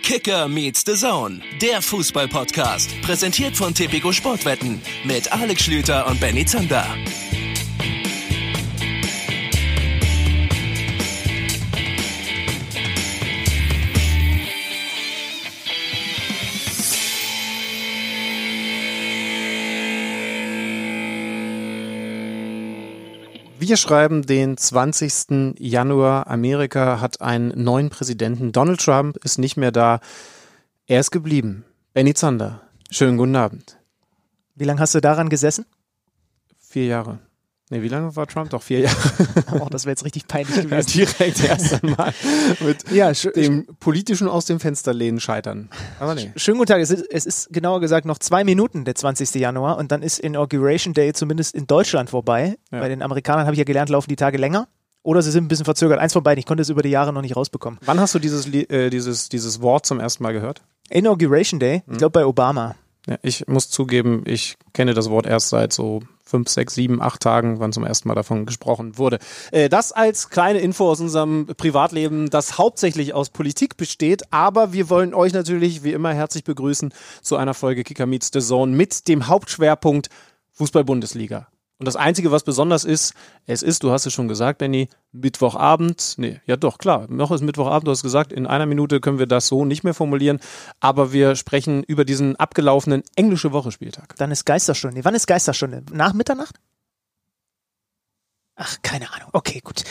Kicker meets the Zone, der Fußball-Podcast, präsentiert von Tipico Sportwetten mit Alex Schlüter und Benny Zander. Wir schreiben den 20. Januar. Amerika hat einen neuen Präsidenten. Donald Trump ist nicht mehr da. Er ist geblieben. Benny Zander, schönen guten Abend. Wie lange hast du daran gesessen? 4 Jahre. Nee, wie lange war Trump? Doch 4 Jahre. Oh, das wäre jetzt richtig peinlich gewesen. Ja, direkt erst einmal mit dem politischen aus dem Fenster lehnen scheitern. Aber nee. Schönen guten Tag. Es ist genauer gesagt noch 2 Minuten, der 20. Januar. Und dann ist Inauguration Day zumindest in Deutschland vorbei. Ja. Bei den Amerikanern habe ich ja gelernt, laufen die Tage länger. Oder sie sind ein bisschen verzögert. Eins von beiden. Ich konnte es über die Jahre noch nicht rausbekommen. Wann hast du dieses Wort zum ersten Mal gehört? Inauguration Day? Ich glaube bei Obama. Ja, ich muss zugeben, ich kenne das Wort erst seit so 5, 6, 7, 8 Tagen, wann zum ersten Mal davon gesprochen wurde. Das als kleine Info aus unserem Privatleben, das hauptsächlich aus Politik besteht, aber wir wollen euch natürlich wie immer herzlich begrüßen zu einer Folge Kicker meets the Zone mit dem Hauptschwerpunkt Fußball-Bundesliga. Und das Einzige, was besonders ist, du hast es schon gesagt, Benny, Mittwochabend, noch ist Mittwochabend, du hast gesagt, in einer Minute können wir das so nicht mehr formulieren, aber wir sprechen über diesen abgelaufenen englische Woche-Spieltag. Dann ist Geisterstunde. Wann ist Geisterstunde? Nach Mitternacht? Ach, keine Ahnung. Okay, gut.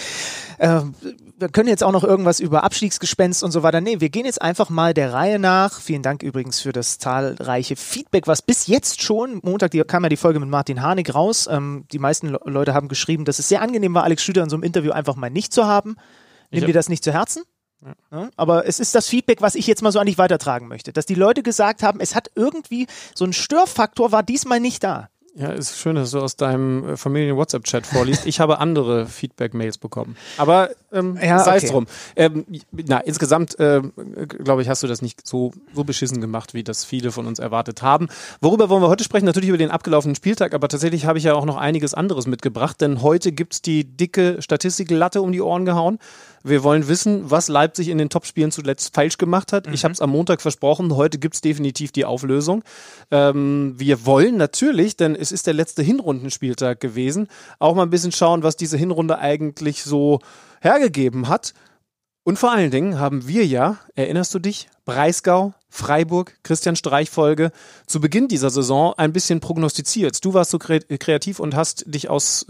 Wir können jetzt auch noch irgendwas über Abstiegsgespenst und so weiter. Nee, wir gehen jetzt einfach mal der Reihe nach. Vielen Dank übrigens für das zahlreiche Feedback, was bis jetzt schon, Montag kam ja die Folge mit Martin Harnik raus. Die meisten Leute haben geschrieben, dass es sehr angenehm war, Alex Schlüter in so einem Interview einfach mal nicht zu haben. Nimm dir das nicht zu Herzen. Ja, aber es ist das Feedback, was ich jetzt mal so an dich weitertragen möchte. Dass die Leute gesagt haben, es hat irgendwie so ein Störfaktor, war diesmal nicht da. Ja, ist schön, dass du aus deinem Familien-WhatsApp-Chat vorliest. Ich habe andere Feedback-Mails bekommen. Aber sei es drum. Insgesamt, glaube ich, hast du das nicht so beschissen gemacht, wie das viele von uns erwartet haben. Worüber wollen wir heute sprechen? Natürlich über den abgelaufenen Spieltag, aber tatsächlich habe ich ja auch noch einiges anderes mitgebracht, denn heute gibt's die dicke Statistiklatte um die Ohren gehauen. Wir wollen wissen, was Leipzig in den Topspielen zuletzt falsch gemacht hat. Ich habe es am Montag versprochen, heute gibt's definitiv die Auflösung. Wir wollen natürlich, denn es ist der letzte Hinrundenspieltag gewesen, auch mal ein bisschen schauen, was diese Hinrunde eigentlich so hergegeben hat. Und vor allen Dingen haben wir ja, erinnerst du dich, Breisgau, Freiburg, Christian Streich-Folge zu Beginn dieser Saison ein bisschen prognostiziert. Du warst so kreativ und hast dich aus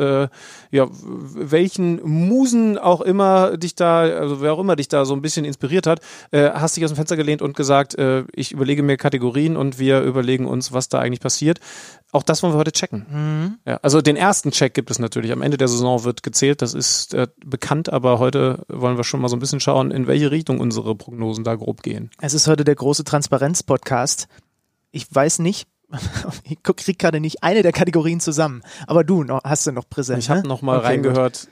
welchen Musen auch immer dich da, also wer auch immer dich da so ein bisschen inspiriert hat, hast dich aus dem Fenster gelehnt und gesagt, ich überlege mir Kategorien und wir überlegen uns, was da eigentlich passiert. Auch das wollen wir heute checken. Mhm. Ja, also den ersten Check gibt es natürlich. Am Ende der Saison wird gezählt, das ist bekannt, aber heute wollen wir schon mal so ein bisschen schauen, in welche Richtung unsere Prognosen da grob gehen. Es ist heute der große Transparenz-Podcast. Ich weiß nicht, ich kriege gerade nicht eine der Kategorien zusammen, aber du hast du noch präsent. Ich habe noch mal reingehört.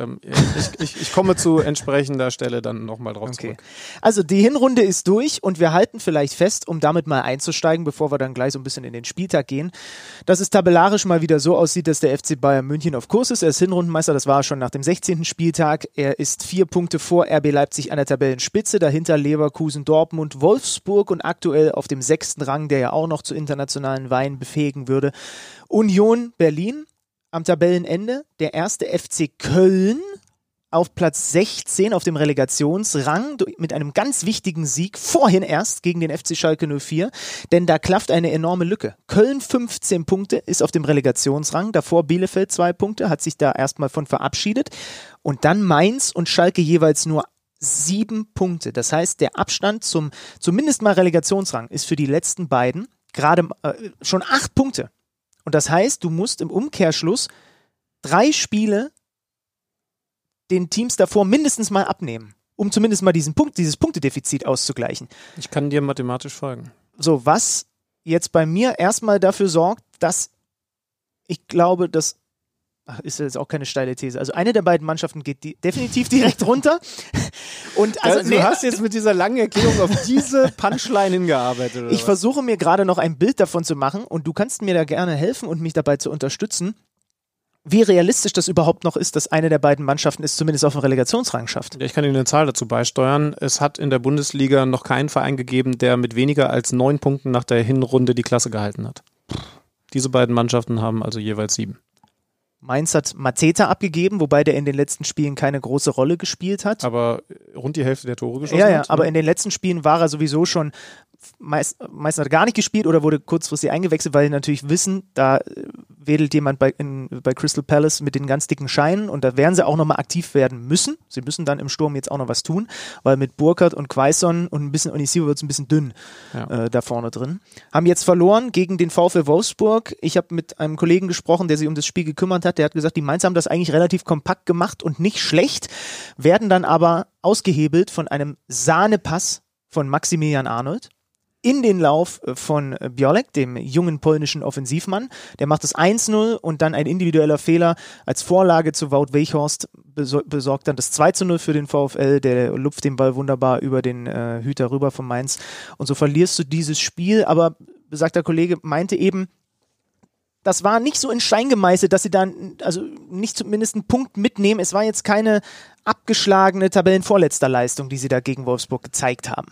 Ich komme zu entsprechender Stelle dann nochmal drauf zurück. Also die Hinrunde ist durch und wir halten vielleicht fest, um damit mal einzusteigen, bevor wir dann gleich so ein bisschen in den Spieltag gehen, dass es tabellarisch mal wieder so aussieht, dass der FC Bayern München auf Kurs ist. Er ist Hinrundenmeister, das war schon nach dem 16. Spieltag. Er ist 4 Punkte vor RB Leipzig an der Tabellenspitze, dahinter Leverkusen, Dortmund, Wolfsburg und aktuell auf dem 6. Rang, der ja auch noch zu internationalen Weihen befähigen würde, Union Berlin. Am Tabellenende der erste FC Köln auf Platz 16 auf dem Relegationsrang mit einem ganz wichtigen Sieg, vorhin erst gegen den FC Schalke 04, denn da klafft eine enorme Lücke. Köln 15 Punkte, ist auf dem Relegationsrang, davor Bielefeld 2 Punkte, hat sich da erstmal von verabschiedet und dann Mainz und Schalke jeweils nur 7 Punkte. Das heißt, der Abstand zum zumindest mal Relegationsrang ist für die letzten beiden gerade schon 8 Punkte. Und das heißt, du musst im Umkehrschluss 3 Spiele den Teams davor mindestens mal abnehmen, um zumindest mal dieses Punktedefizit auszugleichen. Ich kann dir mathematisch folgen. So, was jetzt bei mir erstmal dafür sorgt, dass ich glaube, dass ist jetzt auch keine steile These. Also eine der beiden Mannschaften geht definitiv direkt runter. Und also, du hast jetzt mit dieser langen Erklärung auf diese Punchline hingearbeitet, oder? Ich versuche mir gerade noch ein Bild davon zu machen und du kannst mir da gerne helfen und mich dabei zu unterstützen. wie realistisch das überhaupt noch ist, dass eine der beiden Mannschaften es zumindest auf dem Relegationsrang schafft. Ja, ich kann Ihnen eine Zahl dazu beisteuern. Es hat in der Bundesliga noch keinen Verein gegeben, der mit weniger als 9 Punkten nach der Hinrunde die Klasse gehalten hat. Diese beiden Mannschaften haben also jeweils 7. Mainz hat Mateta abgegeben, wobei der in den letzten Spielen keine große Rolle gespielt hat. Aber rund die Hälfte der Tore geschossen hat. Ja, hat, aber in den letzten Spielen war er sowieso schon, meistens hat er gar nicht gespielt oder wurde kurzfristig eingewechselt, weil die natürlich wissen, da wedelt jemand bei Crystal Palace mit den ganz dicken Scheinen und da werden sie auch nochmal aktiv werden müssen. Sie müssen dann im Sturm jetzt auch noch was tun, weil mit Burkhardt und Quaison und ein bisschen Onisivo wird es ein bisschen dünn da vorne drin. Haben jetzt verloren gegen den VfL Wolfsburg. Ich habe mit einem Kollegen gesprochen, der sich um das Spiel gekümmert hat, der hat gesagt, die Mainzer haben das eigentlich relativ kompakt gemacht und nicht schlecht, werden dann aber ausgehebelt von einem Sahnepass von Maximilian Arnold in den Lauf von Biolek, dem jungen polnischen Offensivmann. Der macht das 1-0 und dann ein individueller Fehler als Vorlage zu Wout Weghorst besorgt dann das 2-0 für den VfL. Der lupft den Ball wunderbar über den Hüter rüber von Mainz. Und so verlierst du dieses Spiel. Aber besagter Kollege meinte eben, das war nicht so in Stein gemeißelt, dass sie dann also nicht zumindest einen Punkt mitnehmen. Es war jetzt keine abgeschlagene Tabellenvorletzter Leistung, die sie da gegen Wolfsburg gezeigt haben.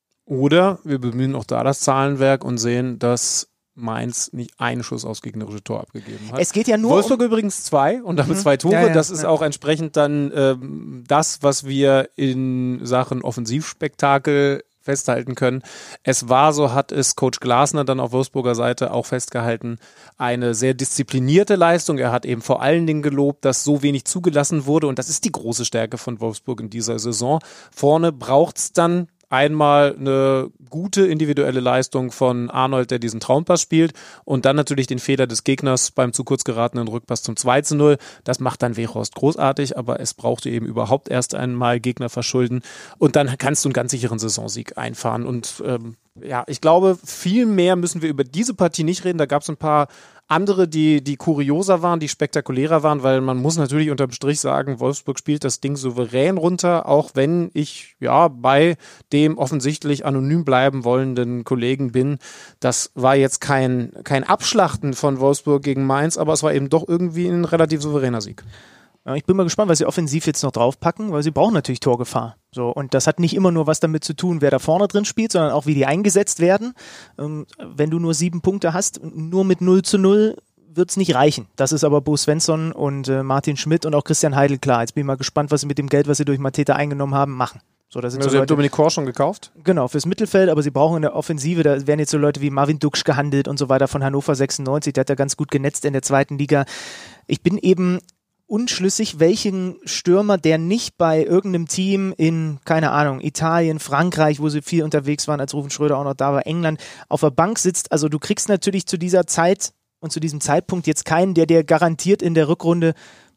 Oder wir bemühen auch da das Zahlenwerk und sehen, dass Mainz nicht einen Schuss aufs gegnerische Tor abgegeben hat. Es geht ja nur Wolfsburg übrigens 2 und damit 2 Tore. Ja, das ist auch entsprechend dann das, was wir in Sachen Offensivspektakel festhalten können. Es war, so hat es Coach Glasner dann auf Wolfsburger Seite auch festgehalten, eine sehr disziplinierte Leistung. Er hat eben vor allen Dingen gelobt, dass so wenig zugelassen wurde und das ist die große Stärke von Wolfsburg in dieser Saison. Vorne braucht's dann einmal eine gute individuelle Leistung von Arnold, der diesen Traumpass spielt und dann natürlich den Fehler des Gegners beim zu kurz geratenen Rückpass zum 2-0. Das macht dann Weghorst großartig, aber es brauchte eben überhaupt erst einmal Gegner verschulden und dann kannst du einen ganz sicheren Saisonsieg einfahren und ich glaube, viel mehr müssen wir über diese Partie nicht reden. Da gab es ein paar andere, die kurioser waren, die spektakulärer waren, weil man muss natürlich unterm Strich sagen, Wolfsburg spielt das Ding souverän runter, auch wenn ich bei dem offensichtlich anonym bleiben wollenden Kollegen bin. Das war jetzt kein Abschlachten von Wolfsburg gegen Mainz, aber es war eben doch irgendwie ein relativ souveräner Sieg. Ich bin mal gespannt, was sie offensiv jetzt noch draufpacken, weil sie brauchen natürlich Torgefahr. So, und das hat nicht immer nur was damit zu tun, wer da vorne drin spielt, sondern auch, wie die eingesetzt werden. Wenn du nur 7 Punkte hast, nur mit 0-0 wird es nicht reichen. Das ist aber Bo Svensson und Martin Schmidt und auch Christian Heidel klar. Jetzt bin ich mal gespannt, was sie mit dem Geld, was sie durch Mateta eingenommen haben, machen. So, da sind sie haben Dominik Kor schon gekauft? Genau, fürs Mittelfeld, aber sie brauchen in der Offensive, da werden jetzt so Leute wie Marvin Duksch gehandelt und so weiter von Hannover 96, der hat da ganz gut genetzt in der 2. Liga. Ich bin eben unschlüssig, welchen Stürmer, der nicht bei irgendeinem Team in, keine Ahnung, Italien, Frankreich, wo sie viel unterwegs waren, als Rufen Schröder auch noch da war, England, auf der Bank sitzt. Also du kriegst natürlich zu dieser Zeit und zu diesem Zeitpunkt jetzt keinen, der dir garantiert in der Rückrunde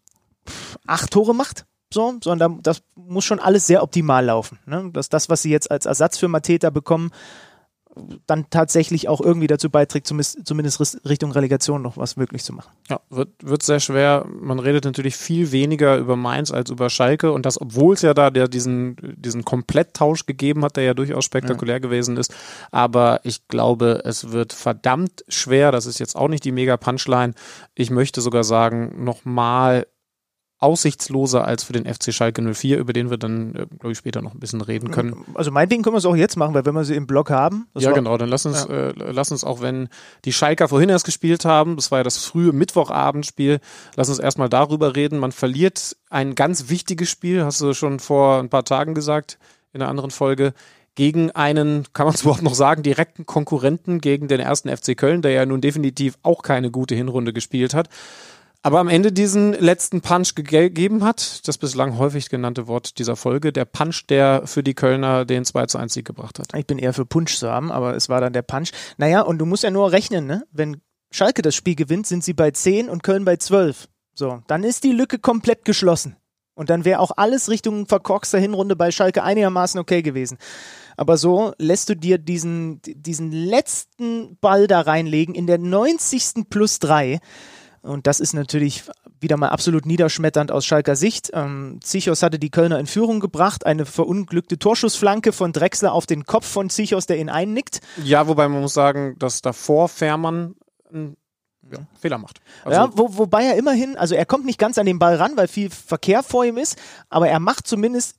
8 Tore macht. So, sondern das muss schon alles sehr optimal laufen. Ne? Dass das, was sie jetzt als Ersatz für Mateta bekommen, dann tatsächlich auch irgendwie dazu beiträgt, zumindest Richtung Relegation noch was möglich zu machen. Ja, wird sehr schwer. Man redet natürlich viel weniger über Mainz als über Schalke und das, obwohl es ja da diesen Kompletttausch gegeben hat, der ja durchaus spektakulär gewesen ist. Aber ich glaube, es wird verdammt schwer. Das ist jetzt auch nicht die Mega-Punchline. Ich möchte sogar sagen, nochmal aussichtsloser als für den FC Schalke 04, über den wir dann, glaube ich, später noch ein bisschen reden können. Also meinetwegen können wir es auch jetzt machen, weil wenn wir sie im Block haben. Genau, dann lass uns auch, wenn die Schalker vorhin erst gespielt haben, das war ja das frühe Mittwochabendspiel, lass uns erstmal darüber reden. Man verliert ein ganz wichtiges Spiel, hast du schon vor ein paar Tagen gesagt, in einer anderen Folge, gegen einen, kann man es überhaupt noch sagen, direkten Konkurrenten, gegen den 1. FC Köln, der ja nun definitiv auch keine gute Hinrunde gespielt hat. Aber am Ende diesen letzten Punch gegeben hat, das bislang häufig genannte Wort dieser Folge, der Punch, der für die Kölner den 2-1-Sieg gebracht hat. Ich bin eher für Punch zu haben, aber es war dann der Punch. Naja, und du musst ja nur rechnen, ne? Wenn Schalke das Spiel gewinnt, sind sie bei 10 und Köln bei 12. So, dann ist die Lücke komplett geschlossen. Und dann wäre auch alles Richtung verkorkster Hinrunde bei Schalke einigermaßen okay gewesen. Aber so lässt du dir diesen letzten Ball da reinlegen in der 90. plus 3. Und das ist natürlich wieder mal absolut niederschmetternd aus Schalker Sicht. Zichos hatte die Kölner in Führung gebracht. Eine verunglückte Torschussflanke von Drexler auf den Kopf von Zichos, der ihn einnickt. Ja, wobei man muss sagen, dass davor Fährmann Fehler macht. Also ja, wobei er immerhin, also er kommt nicht ganz an den Ball ran, weil viel Verkehr vor ihm ist, aber er macht zumindest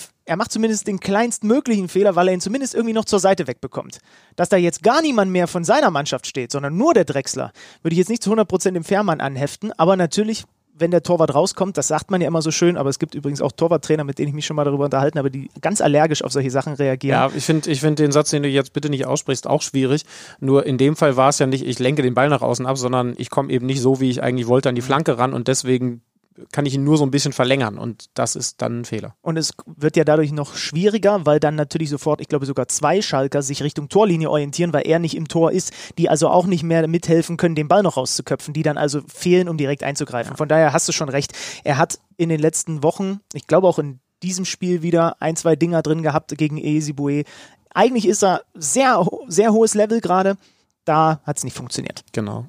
den kleinstmöglichen Fehler, weil er ihn zumindest irgendwie noch zur Seite wegbekommt. Dass da jetzt gar niemand mehr von seiner Mannschaft steht, sondern nur der Drechsler, würde ich jetzt nicht zu 100% dem Fährmann anheften, aber natürlich, wenn der Torwart rauskommt, das sagt man ja immer so schön, aber es gibt übrigens auch Torwarttrainer, mit denen ich mich schon mal darüber unterhalten habe, die ganz allergisch auf solche Sachen reagieren. Ja, ich find den Satz, den du jetzt bitte nicht aussprichst, auch schwierig. Nur in dem Fall war es ja nicht, ich lenke den Ball nach außen ab, sondern ich komme eben nicht so, wie ich eigentlich wollte, an die Flanke ran und deswegen kann ich ihn nur so ein bisschen verlängern und das ist dann ein Fehler. Und es wird ja dadurch noch schwieriger, weil dann natürlich sofort, ich glaube sogar 2 Schalker sich Richtung Torlinie orientieren, weil er nicht im Tor ist, die also auch nicht mehr mithelfen können, den Ball noch rauszuköpfen, die dann also fehlen, um direkt einzugreifen. Ja. Von daher hast du schon recht. Er hat in den letzten Wochen, ich glaube auch in diesem Spiel wieder 1, 2 Dinger drin gehabt gegen Ehesibue. Eigentlich ist er sehr, sehr hohes Level gerade. Da hat es nicht funktioniert. Genau.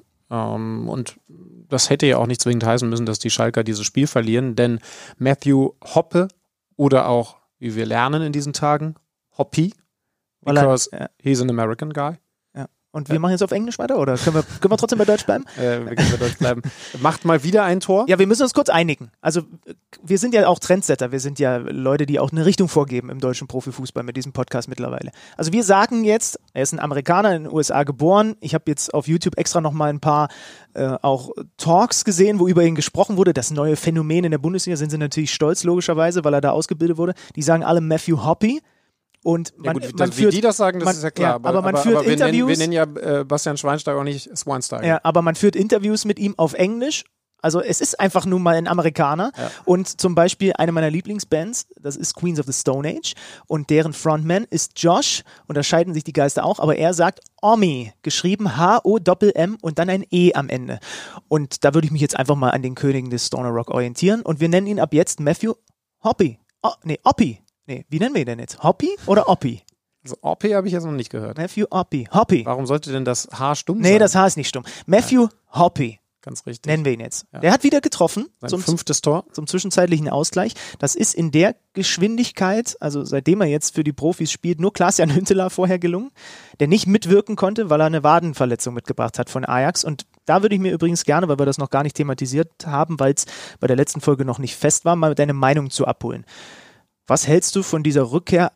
Und das hätte ja auch nicht zwingend heißen müssen, dass die Schalker dieses Spiel verlieren, denn Matthew Hoppe oder auch, wie wir lernen in diesen Tagen, Hoppy, because he's an American guy. Ja. Und wir machen jetzt auf Englisch weiter, oder können wir trotzdem bei Deutsch bleiben? Wir können bei Deutsch bleiben. Macht mal wieder ein Tor. Ja, wir müssen uns kurz einigen. Also wir sind ja auch Trendsetter, wir sind ja Leute, die auch eine Richtung vorgeben im deutschen Profifußball mit diesem Podcast mittlerweile. Also wir sagen jetzt, er ist ein Amerikaner, in den USA geboren. Ich habe jetzt auf YouTube extra nochmal ein paar auch Talks gesehen, wo über ihn gesprochen wurde. Das neue Phänomen in der Bundesliga, sind sie natürlich stolz, logischerweise, weil er da ausgebildet wurde. Die sagen alle Matthew Hoppy. Und man, ja gut, man führt, wie die das sagen, das ist ja klar. Ja, aber man führt Interviews. Wir nennen ja Bastian Schweinsteiger auch nicht Schweinsteiger. Ja, aber man führt Interviews mit ihm auf Englisch. Also es ist einfach nun mal ein Amerikaner. Ja. Und zum Beispiel eine meiner Lieblingsbands, das ist Queens of the Stone Age. Und deren Frontman ist Josh. Und da scheiden sich die Geister auch. Aber er sagt Omi, geschrieben H-O-M-M und dann ein E am Ende. Und da würde ich mich jetzt einfach mal an den Königen des Stoner Rock orientieren. Und wir nennen ihn ab jetzt Matthew Hoppy. Oppy. Nee, wie nennen wir ihn denn jetzt? Hoppy oder Oppi? Also Oppi habe ich jetzt noch nicht gehört. Matthew Oppi. Hoppy. Warum sollte denn das H stumm sein? Nee, das H ist nicht stumm. Matthew Hoppy. Ganz richtig. Nennen wir ihn jetzt. Ja. Der hat wieder getroffen. Sein 5. Tor. Zum zwischenzeitlichen Ausgleich. Das ist in der Geschwindigkeit, also seitdem er jetzt für die Profis spielt, nur Klaas-Jan Huntelaar vorher gelungen, der nicht mitwirken konnte, weil er eine Wadenverletzung mitgebracht hat von Ajax. Und da würde ich mir übrigens gerne, weil wir das noch gar nicht thematisiert haben, weil es bei der letzten Folge noch nicht fest war, mal deine Meinung zu abholen. Was hältst du von dieser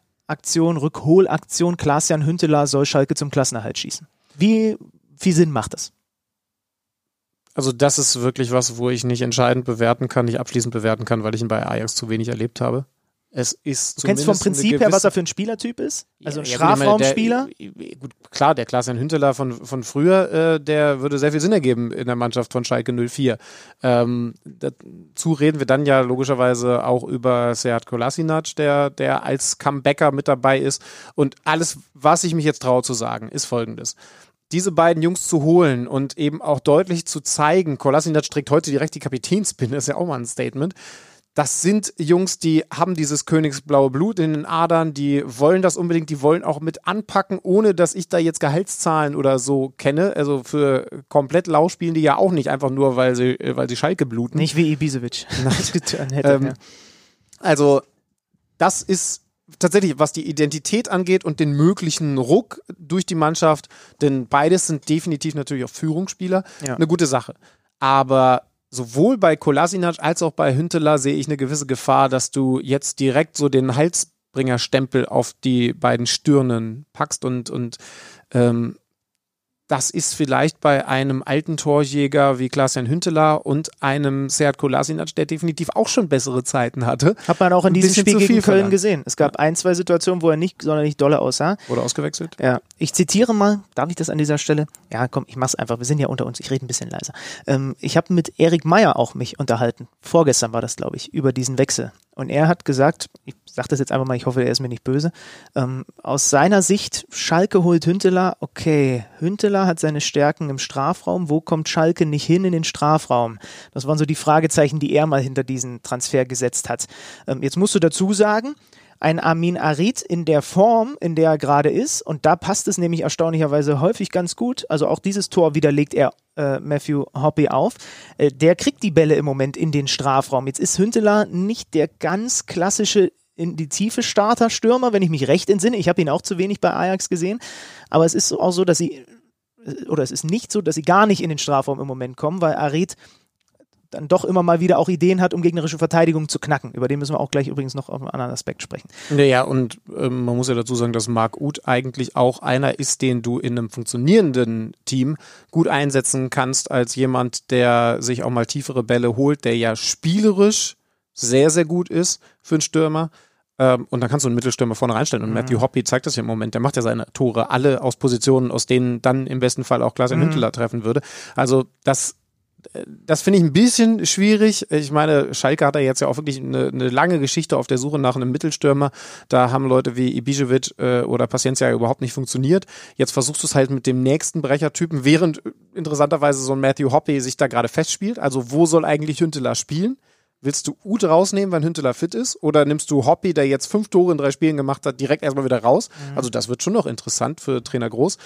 Rückholaktion, Klaas-Jan Huntelaar soll Schalke zum Klassenerhalt schießen? Wie viel Sinn macht das? Also das ist wirklich was, wo ich nicht entscheidend bewerten kann, nicht abschließend bewerten kann, weil ich ihn bei Ajax zu wenig erlebt habe. Es ist du kennst vom Prinzip her, was er für ein Spielertyp ist? Also ein Strafraumspieler? Gut, klar, der Klaas-Jan Huntelaar von früher, der würde sehr viel Sinn ergeben in der Mannschaft von Schalke 04. Dazu reden wir dann ja logischerweise auch über Sead Kolasinac, der als Comebacker mit dabei ist. Und alles, was ich mich jetzt traue zu sagen, ist Folgendes. Diese beiden Jungs zu holen und eben auch deutlich zu zeigen, Kolasinac trägt heute direkt die Kapitänspinne, ist ja auch mal ein Statement. Das sind Jungs, die haben dieses königsblaue Blut in den Adern, die wollen das unbedingt, die wollen auch mit anpacken, ohne dass ich da jetzt Gehaltszahlen oder so kenne. Also für komplett lau spielen die ja auch nicht, einfach nur, weil sie Schalke bluten. Nicht wie Ibisevic. Also das ist tatsächlich, was die Identität angeht und den möglichen Ruck durch die Mannschaft, denn beides sind definitiv natürlich auch Führungsspieler, eine gute Sache. Aber sowohl bei Kolasinac als auch bei Huntelaar sehe ich eine gewisse Gefahr, dass du jetzt direkt so den Halsbringerstempel auf die beiden Stirnen packst und das ist vielleicht bei einem alten Torjäger wie Klaas-Jan Huntelaar und einem Sead Kolasinac, der definitiv auch schon bessere Zeiten hatte. Hat man auch in diesem Spiel gegen Köln gesehen. Es gab 1, 2 Situationen, wo er nicht sonderlich dolle aussah. Oder ausgewechselt. Ja, ich zitiere mal, darf ich das an dieser Stelle? Ja, komm, ich mach's einfach, wir sind ja unter uns, ich rede ein bisschen leiser. Ich habe mit Erik Meyer auch mich unterhalten. Vorgestern war das, glaube ich, über diesen Wechsel. Und er hat gesagt, ich sage das jetzt einfach mal, ich hoffe, er ist mir nicht böse, aus seiner Sicht, Schalke holt Huntelaar, okay, Huntelaar hat seine Stärken im Strafraum, wo kommt Schalke nicht hin in den Strafraum? Das waren so die Fragezeichen, die er mal hinter diesen Transfer gesetzt hat. Jetzt musst du dazu sagen, ein Amin Arid in der Form, in der er gerade ist, und da passt es nämlich erstaunlicherweise häufig ganz gut, also auch dieses Tor widerlegt er Matthew Hoppy auf, der kriegt die Bälle im Moment in den Strafraum. Jetzt ist Huntelaar nicht der ganz klassische in die Tiefe Starter-Stürmer, wenn ich mich recht entsinne. Ich habe ihn auch zu wenig bei Ajax gesehen, aber es ist auch so, dass sie es ist nicht so, dass sie gar nicht in den Strafraum im Moment kommen, weil Harit dann doch immer mal wieder auch Ideen hat, um gegnerische Verteidigung zu knacken. Über den müssen wir auch gleich übrigens noch auf einen anderen Aspekt sprechen. Naja, und man muss ja dazu sagen, dass Marc Uth eigentlich auch einer ist, den du in einem funktionierenden Team gut einsetzen kannst, als jemand, der sich auch mal tiefere Bälle holt, der ja spielerisch sehr, sehr gut ist für einen Stürmer. Und dann kannst du einen Mittelstürmer vorne reinstellen. Und Matthew Hoppe zeigt das ja im Moment. Der macht ja seine Tore alle aus Positionen, aus denen dann im besten Fall auch Klaas-Jan Huntelaar treffen würde. Also das finde ich ein bisschen schwierig. Ich meine, Schalke hat ja jetzt ja auch wirklich eine lange Geschichte auf der Suche nach einem Mittelstürmer. Da haben Leute wie Ibišević oder Paciencia überhaupt nicht funktioniert. Jetzt versuchst du es halt mit dem nächsten Brechertypen, während interessanterweise so ein Matthew Hoppe sich da gerade festspielt. Also wo soll eigentlich Huntelaar spielen? Willst du Uth rausnehmen, wenn Huntelaar fit ist? Oder nimmst du Hoppe, der jetzt 5 Tore in 3 Spielen gemacht hat, direkt erstmal wieder raus? Also das wird schon noch interessant für Trainer Groß.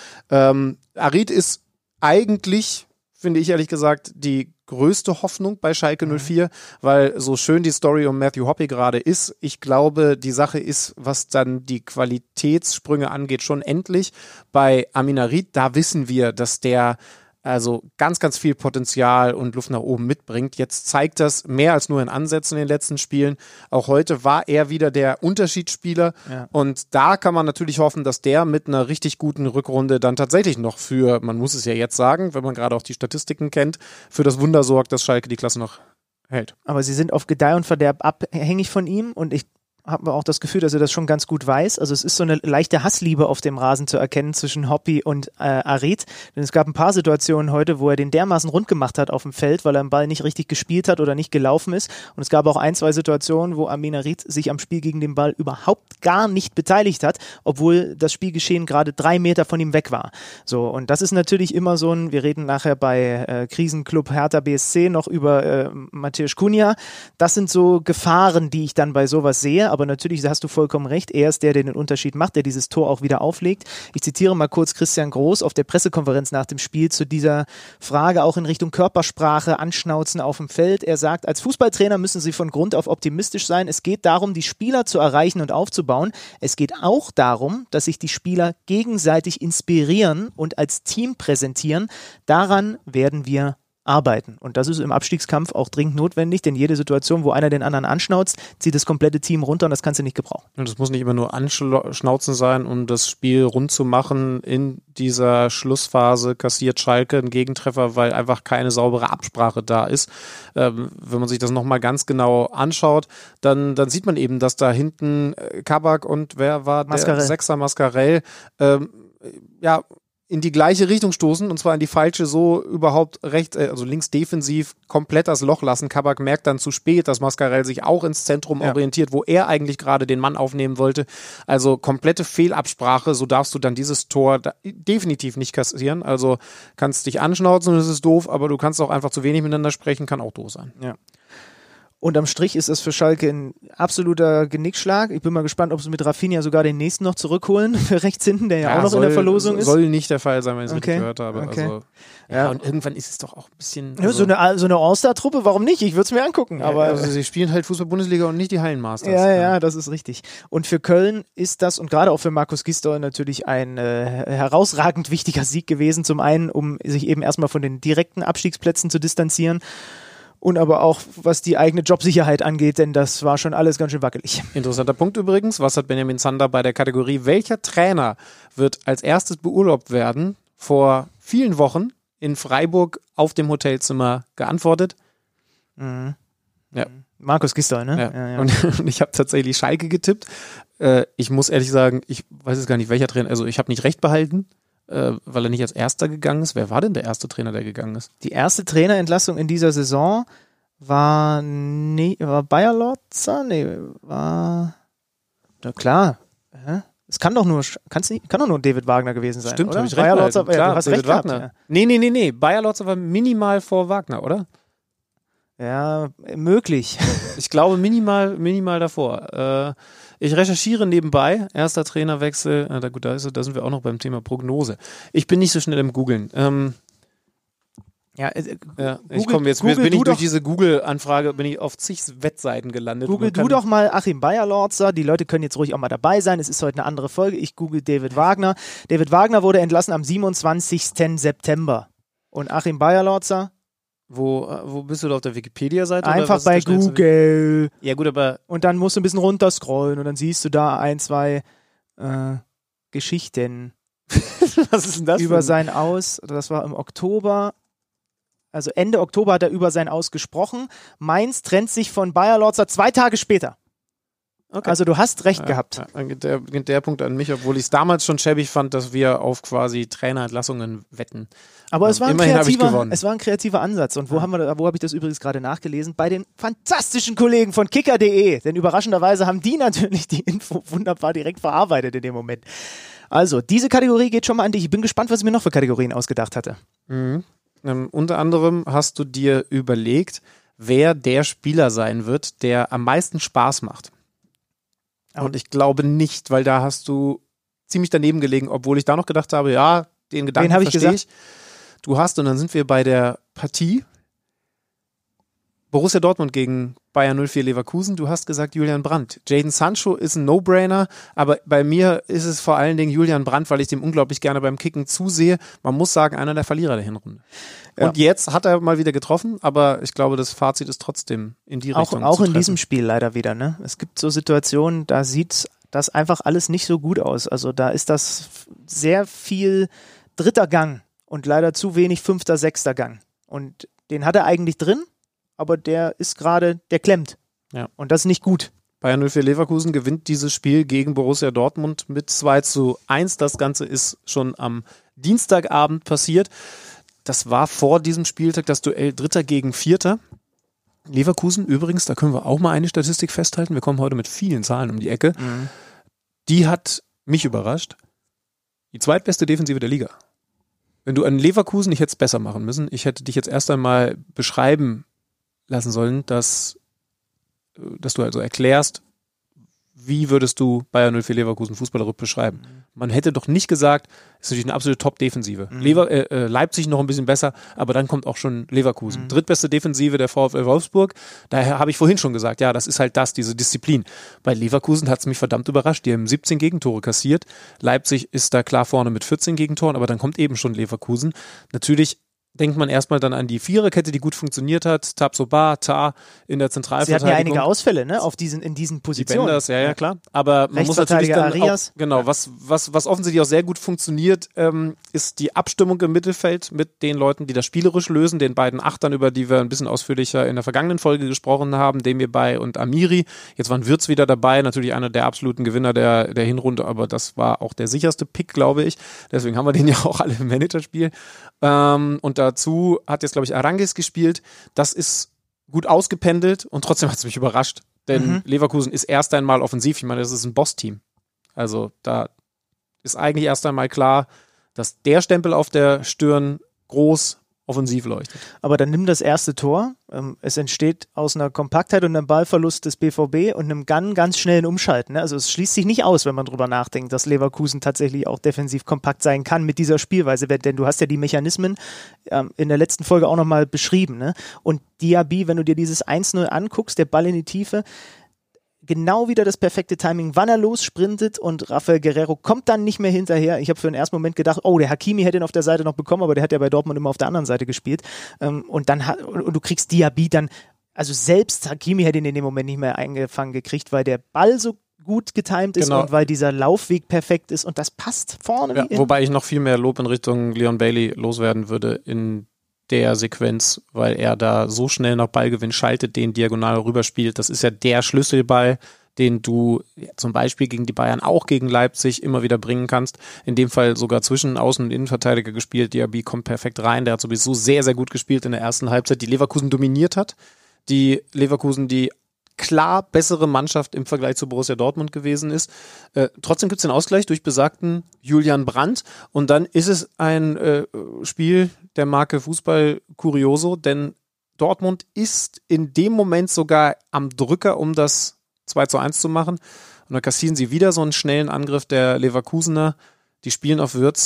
Harit ist eigentlich, finde ich ehrlich gesagt, die größte Hoffnung bei Schalke 04, weil so schön die Story um Matthew Hoppe gerade ist, ich glaube, die Sache ist, was dann die Qualitätssprünge angeht, schon endlich. Bei Amin Harit, da wissen wir, dass der also ganz, ganz viel Potenzial und Luft nach oben mitbringt. Jetzt zeigt das mehr als nur in Ansätzen in den letzten Spielen. Auch heute war er wieder der Unterschiedsspieler. Ja. Und da kann man natürlich hoffen, dass der mit einer richtig guten Rückrunde dann tatsächlich noch für, man muss es ja jetzt sagen, wenn man gerade auch die Statistiken kennt, für das Wunder sorgt, dass Schalke die Klasse noch hält. Aber sie sind auf Gedeih und Verderb abhängig von ihm und ich habe auch das Gefühl, dass er das schon ganz gut weiß. Also es ist so eine leichte Hassliebe auf dem Rasen zu erkennen zwischen Hoppe und Harit. Denn es gab ein paar Situationen heute, wo er den dermaßen rund gemacht hat auf dem Feld, weil er den Ball nicht richtig gespielt hat oder nicht gelaufen ist. Und es gab auch 1, 2 Situationen, wo Amin Harit sich am Spiel gegen den Ball überhaupt gar nicht beteiligt hat, obwohl das Spielgeschehen gerade 3 Meter von ihm weg war. So, und das ist natürlich immer so ein, wir reden nachher bei Krisenclub Hertha BSC noch über Mateusz Cunha. Das sind so Gefahren, die ich dann bei sowas sehe. Aber natürlich, da hast du vollkommen recht, er ist der den Unterschied macht, der dieses Tor auch wieder auflegt. Ich zitiere mal kurz Christian Groß auf der Pressekonferenz nach dem Spiel zu dieser Frage auch in Richtung Körpersprache, Anschnauzen auf dem Feld. Er sagt, als Fußballtrainer müssen sie von Grund auf optimistisch sein. Es geht darum, die Spieler zu erreichen und aufzubauen. Es geht auch darum, dass sich die Spieler gegenseitig inspirieren und als Team präsentieren. Daran werden wir arbeiten. Und das ist im Abstiegskampf auch dringend notwendig, denn jede Situation, wo einer den anderen anschnauzt, zieht das komplette Team runter und das kannst du nicht gebrauchen. Und es muss nicht immer nur anschnauzen sein, um das Spiel rund zu machen. In dieser Schlussphase kassiert Schalke einen Gegentreffer, weil einfach keine saubere Absprache da ist. Wenn man sich das nochmal ganz genau anschaut, dann sieht man eben, dass da hinten Kabak und wer war der Sechser Mascarell in die gleiche Richtung stoßen, und zwar in die falsche, so überhaupt rechts, also links defensiv komplett das Loch lassen. Kabak merkt dann zu spät, dass Mascarell sich auch ins Zentrum orientiert, wo er eigentlich gerade den Mann aufnehmen wollte. Also komplette Fehlabsprache, so darfst du dann dieses Tor definitiv nicht kassieren. Also kannst dich anschnauzen und das ist doof, aber du kannst auch einfach zu wenig miteinander sprechen, kann auch doof sein. Ja. Und am Strich ist es für Schalke ein absoluter Genickschlag. Ich bin mal gespannt, ob sie mit Rafinha sogar den nächsten noch zurückholen für rechts hinten, der ja auch noch in der Verlosung ist. Soll nicht der Fall sein, wenn ich es richtig gehört habe. Okay. Also, und irgendwann ist es doch auch ein bisschen... Also so eine All-Star-Truppe, warum nicht? Ich würde es mir angucken. Aber also sie spielen halt Fußball-Bundesliga und nicht die Hallenmasters. Ja, das ist richtig. Und für Köln ist das, und gerade auch für Markus Gisdol, natürlich ein herausragend wichtiger Sieg gewesen. Zum einen, um sich eben erstmal von den direkten Abstiegsplätzen zu distanzieren. Und aber auch, was die eigene Jobsicherheit angeht, denn das war schon alles ganz schön wackelig. Interessanter Punkt übrigens. Was hat Benjamin Zander bei der Kategorie welcher Trainer wird als erstes beurlaubt werden vor vielen Wochen in Freiburg auf dem Hotelzimmer geantwortet? Mhm. Ja. Markus Gisdol, ne? Ja. Und ich habe tatsächlich Schalke getippt. Ich muss ehrlich sagen, ich weiß jetzt gar nicht, welcher Trainer, also ich habe nicht recht behalten, weil er nicht als Erster gegangen ist. Wer war denn der erste Trainer, der gegangen ist? Die erste Trainerentlassung in dieser Saison war Bayer Lorzer? Na klar. Es kann doch nur David Wagner gewesen sein. Stimmt, oder? Hab ich recht. Bayer Lorzer, klar, du hast David recht Wagner. gehabt, ja. Nee. Bayer Lorzer war minimal vor Wagner, oder? Ja, möglich. Ich glaube minimal davor. Ich recherchiere nebenbei. Erster Trainerwechsel. Da sind wir auch noch beim Thema Prognose. Ich bin nicht so schnell im Googlen. Ja, jetzt bin ich durch diese Google-Anfrage auf zig Wettseiten gelandet. Google du doch mal Achim Beierlorzer. Die Leute können jetzt ruhig auch mal dabei sein. Es ist heute eine andere Folge. Ich google David Wagner. David Wagner wurde entlassen am 27. September. Und Achim Beierlorzer? Wo bist du da auf der Wikipedia-Seite? Einfach bei Google. Ja gut, aber... Und dann musst du ein bisschen runterscrollen und dann siehst du da 1, 2 Geschichten. Was ist denn das? Über sein Aus. Das war im Oktober... Also Ende Oktober hat er über sein Aus gesprochen. Mainz trennt sich von Beierlorzer 2 Tage später. Okay. Also du hast recht gehabt. Dann geht der Punkt an mich, obwohl ich es damals schon schäbig fand, dass wir auf quasi Trainerentlassungen wetten. Aber es war ein kreativer Ansatz. Und wo habe ich das übrigens gerade nachgelesen? Bei den fantastischen Kollegen von kicker.de. Denn überraschenderweise haben die natürlich die Info wunderbar direkt verarbeitet in dem Moment. Also, diese Kategorie geht schon mal an dich. Ich bin gespannt, was ich mir noch für Kategorien ausgedacht hatte. Mhm. Unter anderem hast du dir überlegt, wer der Spieler sein wird, der am meisten Spaß macht. Und ich glaube nicht, weil da hast du ziemlich daneben gelegen, obwohl ich da noch gedacht habe, ja, den Gedanken verstehe ich. Du hast, und dann sind wir bei der Partie Borussia Dortmund gegen Bayer 04 Leverkusen. Du hast gesagt Julian Brandt. Jadon Sancho ist ein No-Brainer, aber bei mir ist es vor allen Dingen Julian Brandt, weil ich dem unglaublich gerne beim Kicken zusehe. Man muss sagen, einer der Verlierer der Hinrunde. Ja. Und jetzt hat er mal wieder getroffen, aber ich glaube, das Fazit ist trotzdem in die Richtung auch in diesem Spiel leider wieder. Ne? Es gibt so Situationen, da sieht das einfach alles nicht so gut aus. Also da ist das sehr viel dritter Gang und leider zu wenig 5., 6. Gang. Und den hat er eigentlich drin, aber der klemmt. Ja. Und das ist nicht gut. Bayer 04 Leverkusen gewinnt dieses Spiel gegen Borussia Dortmund mit 2:1. Das Ganze ist schon am Dienstagabend passiert. Das war vor diesem Spieltag das Duell Dritter gegen Vierter. Leverkusen übrigens, da können wir auch mal eine Statistik festhalten. Wir kommen heute mit vielen Zahlen um die Ecke. Mhm. Die hat mich überrascht. Die zweitbeste Defensive der Liga. Wenn du an Leverkusen, ich hätte es besser machen müssen. Ich hätte dich jetzt erst einmal beschreiben lassen sollen, dass du also erklärst, wie würdest du Bayer 04 Leverkusen fußballerisch beschreiben? Man hätte doch nicht gesagt, es ist natürlich eine absolute Top-Defensive. Leipzig noch ein bisschen besser, aber dann kommt auch schon Leverkusen. Drittbeste Defensive der VfL Wolfsburg. Daher habe ich vorhin schon gesagt, ja, das ist halt diese Disziplin. Bei Leverkusen hat es mich verdammt überrascht. Die haben 17 Gegentore kassiert. Leipzig ist da klar vorne mit 14 Gegentoren, aber dann kommt eben schon Leverkusen. Natürlich denkt man erstmal dann an die Viererkette, die gut funktioniert hat. Tabsoba, Tah in der Zentralverteidigung. Sie hatten ja einige Ausfälle, ne, in diesen Positionen. Benders, ja, klar. Aber man muss natürlich dann Arias. Auch, genau, was offensichtlich auch sehr gut funktioniert, ist die Abstimmung im Mittelfeld mit den Leuten, die das spielerisch lösen, den beiden Achtern, über die wir ein bisschen ausführlicher in der vergangenen Folge gesprochen haben, Demir Bay und Amiri. Jetzt waren Wirtz wieder dabei, natürlich einer der absoluten Gewinner der Hinrunde, aber das war auch der sicherste Pick, glaube ich. Deswegen haben wir den ja auch alle im Managerspiel. Und dazu hat jetzt, glaube ich, Arangis gespielt. Das ist gut ausgependelt und trotzdem hat es mich überrascht. Denn Leverkusen ist erst einmal offensiv. Ich meine, das ist ein Boss-Team. Also da ist eigentlich erst einmal klar, dass der Stempel auf der Stirn groß offensiv leuchtet. Aber dann nimm das erste Tor. Es entsteht aus einer Kompaktheit und einem Ballverlust des BVB und einem ganz schnellen Umschalten. Also es schließt sich nicht aus, wenn man drüber nachdenkt, dass Leverkusen tatsächlich auch defensiv kompakt sein kann mit dieser Spielweise. Denn du hast ja die Mechanismen in der letzten Folge auch nochmal beschrieben. Ne? Und Diaby, wenn du dir dieses 1-0 anguckst, der Ball in die Tiefe, genau wieder das perfekte Timing, wann er lossprintet und Rafael Guerreiro kommt dann nicht mehr hinterher. Ich habe für den ersten Moment gedacht, oh, der Hakimi hätte ihn auf der Seite noch bekommen, aber der hat ja bei Dortmund immer auf der anderen Seite gespielt. Und du kriegst Diaby dann, also selbst Hakimi hätte ihn in dem Moment nicht mehr eingefangen gekriegt, weil der Ball so gut getimed ist und weil dieser Laufweg perfekt ist und das passt vorne. Ja, wobei ich noch viel mehr Lob in Richtung Leon Bailey loswerden würde in der Sequenz, weil er da so schnell nach Ballgewinn schaltet, den diagonal rüberspielt. Das ist ja der Schlüsselball, den du zum Beispiel gegen die Bayern, auch gegen Leipzig immer wieder bringen kannst. In dem Fall sogar zwischen Außen- und Innenverteidiger gespielt. Diaby kommt perfekt rein. Der hat sowieso sehr, sehr gut gespielt in der ersten Halbzeit, die Leverkusen dominiert hat. Die Leverkusen, die klar bessere Mannschaft im Vergleich zu Borussia Dortmund gewesen ist. Trotzdem gibt es den Ausgleich durch besagten Julian Brandt und dann ist es ein Spiel der Marke Fußball Curioso, denn Dortmund ist in dem Moment sogar am Drücker, um das 2:1 zu machen und dann kassieren sie wieder so einen schnellen Angriff der Leverkusener, die spielen auf Wirtz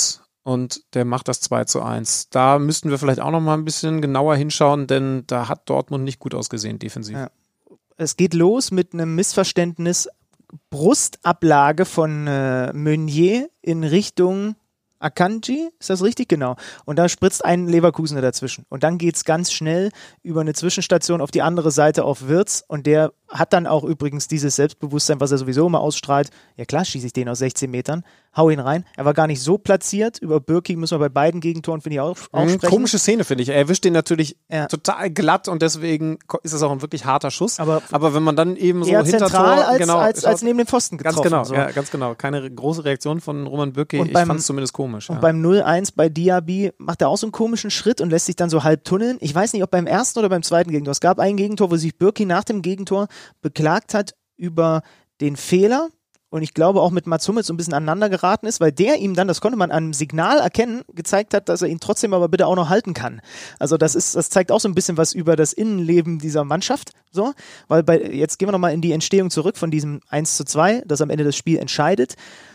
und der macht das 2:1. Da müssten wir vielleicht auch noch mal ein bisschen genauer hinschauen, denn da hat Dortmund nicht gut ausgesehen defensiv. Ja. Es geht los mit einem Missverständnis. Brustablage von Meunier in Richtung Akanji, ist das richtig? Genau. Und da spritzt ein Leverkusener dazwischen. Und dann geht es ganz schnell über eine Zwischenstation auf die andere Seite auf Wirtz. Und der hat dann auch übrigens dieses Selbstbewusstsein, was er sowieso immer ausstrahlt. Ja klar, schieße ich den aus 16 Metern, hau ihn rein. Er war gar nicht so platziert. Über Bürki müssen wir bei beiden Gegentoren, finde ich, auch sprechen. Komische Szene, finde ich. Er erwischt den natürlich total glatt und deswegen ist es auch ein wirklich harter Schuss. Aber wenn man dann eben so hinter zentral als neben dem Pfosten getroffen. Ganz genau, so. Ja, ganz genau. Keine große Reaktion von Roman Bürki. Ich fand es zumindest komisch. Und beim 0:1 bei Diaby macht er auch so einen komischen Schritt und lässt sich dann so halb tunneln. Ich weiß nicht, ob beim ersten oder beim zweiten Gegentor. Es gab ein Gegentor, wo sich Bürki nach dem Gegentor beklagt hat über den Fehler und ich glaube auch mit Mats Hummels so ein bisschen aneinander geraten ist, weil der ihm dann, das konnte man an einem Signal erkennen, gezeigt hat, dass er ihn trotzdem aber bitte auch noch halten kann. Also das zeigt auch so ein bisschen was über das Innenleben dieser Mannschaft, so, weil jetzt gehen wir nochmal in die Entstehung zurück von diesem 1:2, das am Ende das Spiel entscheidet.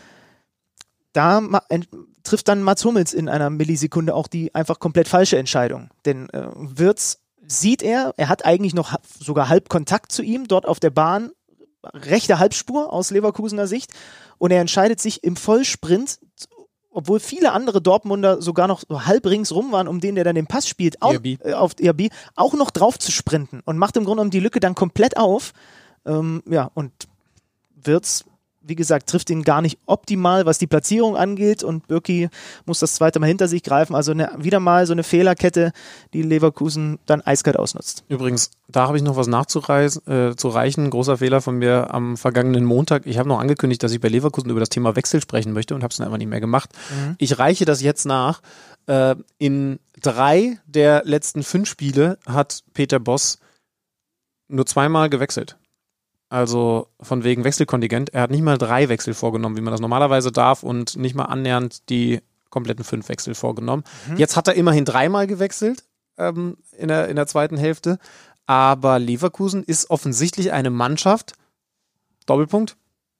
Da trifft dann Mats Hummels in einer Millisekunde auch die einfach komplett falsche Entscheidung. Denn Wirtz sieht er hat eigentlich noch sogar halb Kontakt zu ihm, dort auf der Bahn, rechte Halbspur aus Leverkusener Sicht. Und er entscheidet sich im Vollsprint, obwohl viele andere Dortmunder sogar noch so halb ringsrum waren, um den, der dann den Pass spielt, auf Diaby, auch noch drauf zu sprinten und macht im Grunde genommen die Lücke dann komplett auf. Und Wirtz, wie gesagt, trifft ihn gar nicht optimal, was die Platzierung angeht und Bürki muss das zweite Mal hinter sich greifen. Also wieder mal so eine Fehlerkette, die Leverkusen dann eiskalt ausnutzt. Übrigens, da habe ich noch was nachzureichen. Großer Fehler von mir am vergangenen Montag. Ich habe noch angekündigt, dass ich bei Leverkusen über das Thema Wechsel sprechen möchte und habe es dann einfach nicht mehr gemacht. Ich reiche das jetzt nach. In 3 der letzten 5 Spiele hat Peter Bosz nur 2-mal gewechselt. Also von wegen Wechselkontingent. Er hat nicht mal 3 Wechsel vorgenommen, wie man das normalerweise darf und nicht mal annähernd die kompletten 5 Wechsel vorgenommen. Jetzt hat er immerhin 3-mal gewechselt in der zweiten Hälfte. Aber Leverkusen ist offensichtlich eine Mannschaft, Doppelpunkt,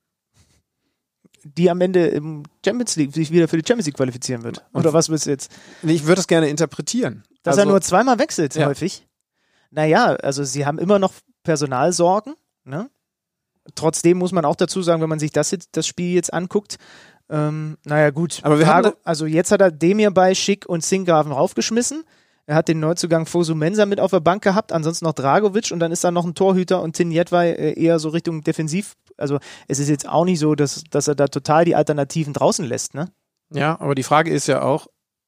die am Ende im Champions League sich wieder für die Champions League qualifizieren wird. Oder was willst du jetzt? Ich würde das gerne interpretieren. Dass er nur 2-mal wechselt, häufig. Naja, also sie haben immer noch Personalsorgen, ne? Trotzdem muss man auch dazu sagen, wenn man sich das Spiel jetzt anguckt, naja gut, aber also jetzt hat er Demir bei Schick und Sinkgraven raufgeschmissen. Er hat den Neuzugang Fosu Mensah mit auf der Bank gehabt, ansonsten noch Dragovic und dann ist da noch ein Torhüter und Tin Jedwai eher so Richtung Defensiv. Also es ist jetzt auch nicht so, dass er da total die Alternativen draußen lässt, ne? Ja, aber die Frage ist ja auch,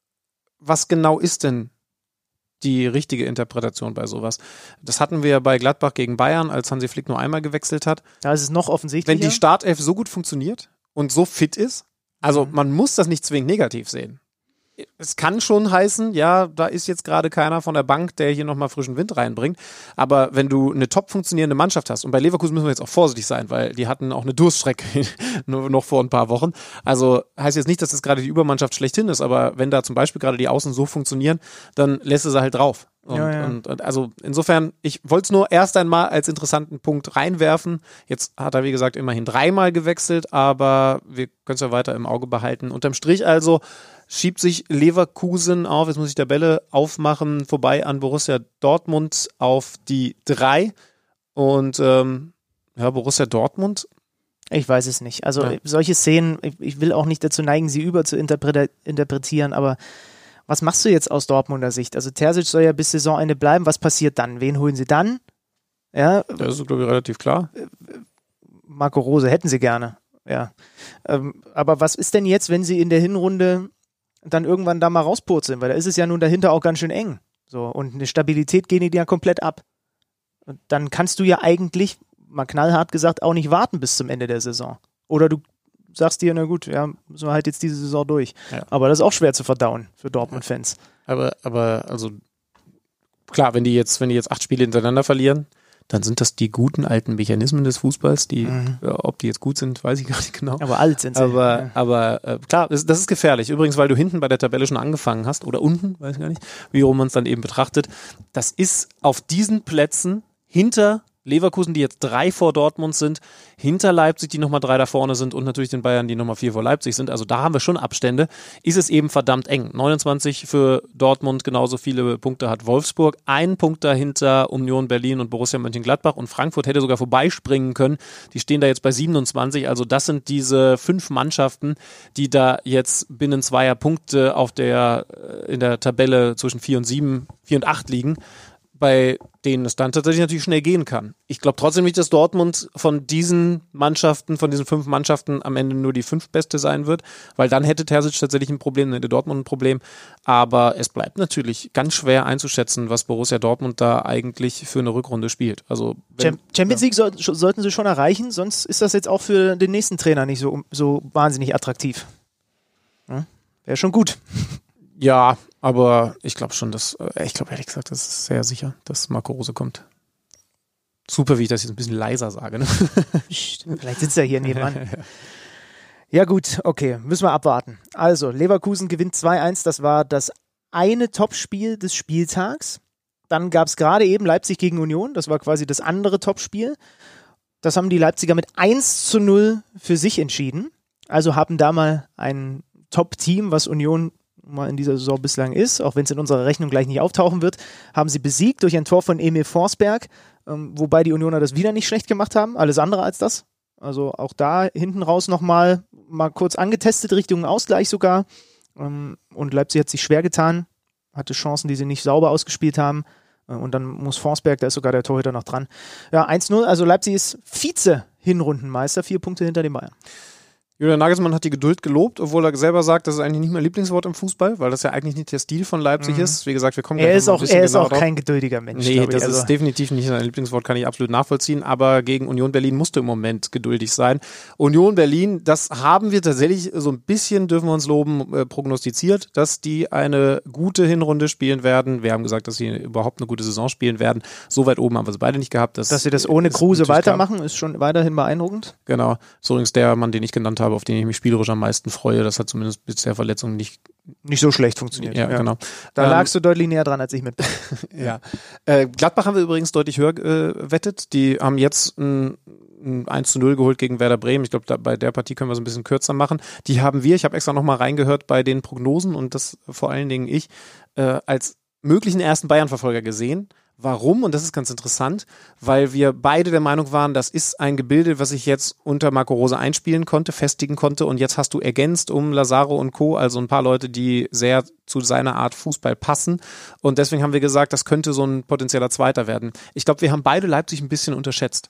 was genau ist denn die richtige Interpretation bei sowas? Das hatten wir ja bei Gladbach gegen Bayern, als Hansi Flick nur einmal gewechselt hat. Da ist es noch offensichtlicher. Wenn die Startelf so gut funktioniert und so fit ist, also man muss das nicht zwingend negativ sehen. Es kann schon heißen, ja, da ist jetzt gerade keiner von der Bank, der hier nochmal frischen Wind reinbringt. Aber wenn du eine top funktionierende Mannschaft hast, und bei Leverkusen müssen wir jetzt auch vorsichtig sein, weil die hatten auch eine Durststrecke noch vor ein paar Wochen. Also heißt jetzt nicht, dass das gerade die Übermannschaft schlechthin ist, aber wenn da zum Beispiel gerade die Außen so funktionieren, dann lässt es halt drauf. Und also insofern, ich wollte es nur erst einmal als interessanten Punkt reinwerfen. Jetzt hat er, wie gesagt, immerhin 3-mal gewechselt, aber wir können es ja weiter im Auge behalten. Unterm Strich also schiebt sich Leverkusen auf, jetzt muss ich Tabelle aufmachen, vorbei an Borussia Dortmund auf die 3. Und Borussia Dortmund? Ich weiß es nicht. Also solche Szenen, ich will auch nicht dazu neigen, sie über zu interpretieren, aber was machst du jetzt aus Dortmunder Sicht? Also Terzic soll ja bis Saisonende bleiben. Was passiert dann? Wen holen sie dann? Ja, das ist, glaube ich, relativ klar. Marco Rose hätten sie gerne. Ja. Aber was ist denn jetzt, wenn sie in der Hinrunde dann irgendwann da mal rauspurzeln? Weil da ist es ja nun dahinter auch ganz schön eng. So, und eine Stabilität gehen die ja komplett ab. Und dann kannst du ja eigentlich, mal knallhart gesagt, auch nicht warten bis zum Ende der Saison. Oder du sagst dir, na gut, ja, müssen wir halt jetzt diese Saison durch. Ja. Aber das ist auch schwer zu verdauen für Dortmund-Fans. Aber also klar, wenn die jetzt 8 Spiele hintereinander verlieren, dann sind das die guten alten Mechanismen des Fußballs, die, ob die jetzt gut sind, weiß ich gar nicht genau. Aber alt sind sie. Aber klar, das ist gefährlich. Übrigens, weil du hinten bei der Tabelle schon angefangen hast, oder unten, weiß ich gar nicht, wie rum man es dann eben betrachtet. Das ist auf diesen Plätzen hinter Leverkusen, die jetzt 3 vor Dortmund sind, hinter Leipzig, die nochmal 3 da vorne sind und natürlich den Bayern, die nochmal 4 vor Leipzig sind. Also da haben wir schon Abstände. Ist es eben verdammt eng. 29 für Dortmund, genauso viele Punkte hat Wolfsburg. 1 Punkt dahinter Union Berlin und Borussia Mönchengladbach und Frankfurt hätte sogar vorbeispringen können. Die stehen da jetzt bei 27. Also das sind diese 5 Mannschaften, die da jetzt binnen 2er Punkte in der Tabelle zwischen 4 und 8 liegen, bei denen es dann tatsächlich natürlich schnell gehen kann. Ich glaube trotzdem nicht, dass Dortmund von diesen 5 Mannschaften am Ende nur die 5 beste sein wird, weil dann hätte Terzic tatsächlich ein Problem, dann hätte Dortmund ein Problem. Aber es bleibt natürlich ganz schwer einzuschätzen, was Borussia Dortmund da eigentlich für eine Rückrunde spielt. Also Champions League sollten sie schon erreichen, sonst ist das jetzt auch für den nächsten Trainer nicht so wahnsinnig attraktiv. Ja? Wäre schon gut. Ja, aber ich glaube schon, ich glaube ehrlich gesagt, das ist sehr sicher, dass Marco Rose kommt. Super, wie ich das jetzt ein bisschen leiser sage. Ne? Vielleicht sitzt er hier nebenan. Ja gut, okay, müssen wir abwarten. Also, Leverkusen gewinnt 2-1, das war das eine Topspiel des Spieltags. Dann gab es gerade eben Leipzig gegen Union, das war quasi das andere Topspiel. Das haben die Leipziger mit 1-0 für sich entschieden. Also haben da mal ein Top-Team, was Union mal in dieser Saison bislang ist, auch wenn es in unserer Rechnung gleich nicht auftauchen wird, haben sie besiegt durch ein Tor von Emil Forsberg, wobei die Unioner das wieder nicht schlecht gemacht haben, alles andere als das. Also auch da hinten raus mal kurz angetestet, Richtung Ausgleich sogar. Und Leipzig hat sich schwer getan, hatte Chancen, die sie nicht sauber ausgespielt haben. Und dann muss Forsberg, da ist sogar der Torhüter noch dran. Ja, 1-0, also Leipzig ist Vize-Hinrundenmeister, 4 Punkte hinter den Bayern. Julian Nagelsmann hat die Geduld gelobt, obwohl er selber sagt, das ist eigentlich nicht mein Lieblingswort im Fußball, weil das ja eigentlich nicht der Stil von Leipzig ist. Wie gesagt, wir kommen gleich noch ein bisschen Er ist auch kein geduldiger Mensch. Nee, das ist definitiv nicht sein Lieblingswort, kann ich absolut nachvollziehen, aber gegen Union Berlin musste im Moment geduldig sein. Union Berlin, das haben wir tatsächlich so ein bisschen, dürfen wir uns loben, prognostiziert, dass die eine gute Hinrunde spielen werden. Wir haben gesagt, dass sie überhaupt eine gute Saison spielen werden. So weit oben haben wir sie beide nicht gehabt. Dass sie das ohne Kruse weitermachen, ist schon weiterhin beeindruckend. Genau. Das ist übrigens der Mann, den ich genannt habe, auf den ich mich spielerisch am meisten freue. Das hat zumindest bis der Verletzung nicht so schlecht funktioniert. Ja, genau. Da lagst du deutlich näher dran als ich mit. Ja. Gladbach haben wir übrigens deutlich höher gewettet. Die haben jetzt ein 1-0 geholt gegen Werder Bremen. Ich glaube, bei der Partie können wir es ein bisschen kürzer machen. Die haben wir, ich habe extra nochmal reingehört bei den Prognosen und das vor allen Dingen ich, als möglichen ersten Bayern-Verfolger gesehen. Warum? Und das ist ganz interessant, weil wir beide der Meinung waren, das ist ein Gebilde, was ich jetzt unter Marco Rose einspielen konnte, festigen konnte und jetzt hast du ergänzt um Lazaro und Co., also ein paar Leute, die sehr zu seiner Art Fußball passen und deswegen haben wir gesagt, das könnte so ein potenzieller Zweiter werden. Ich glaube, wir haben beide Leipzig ein bisschen unterschätzt.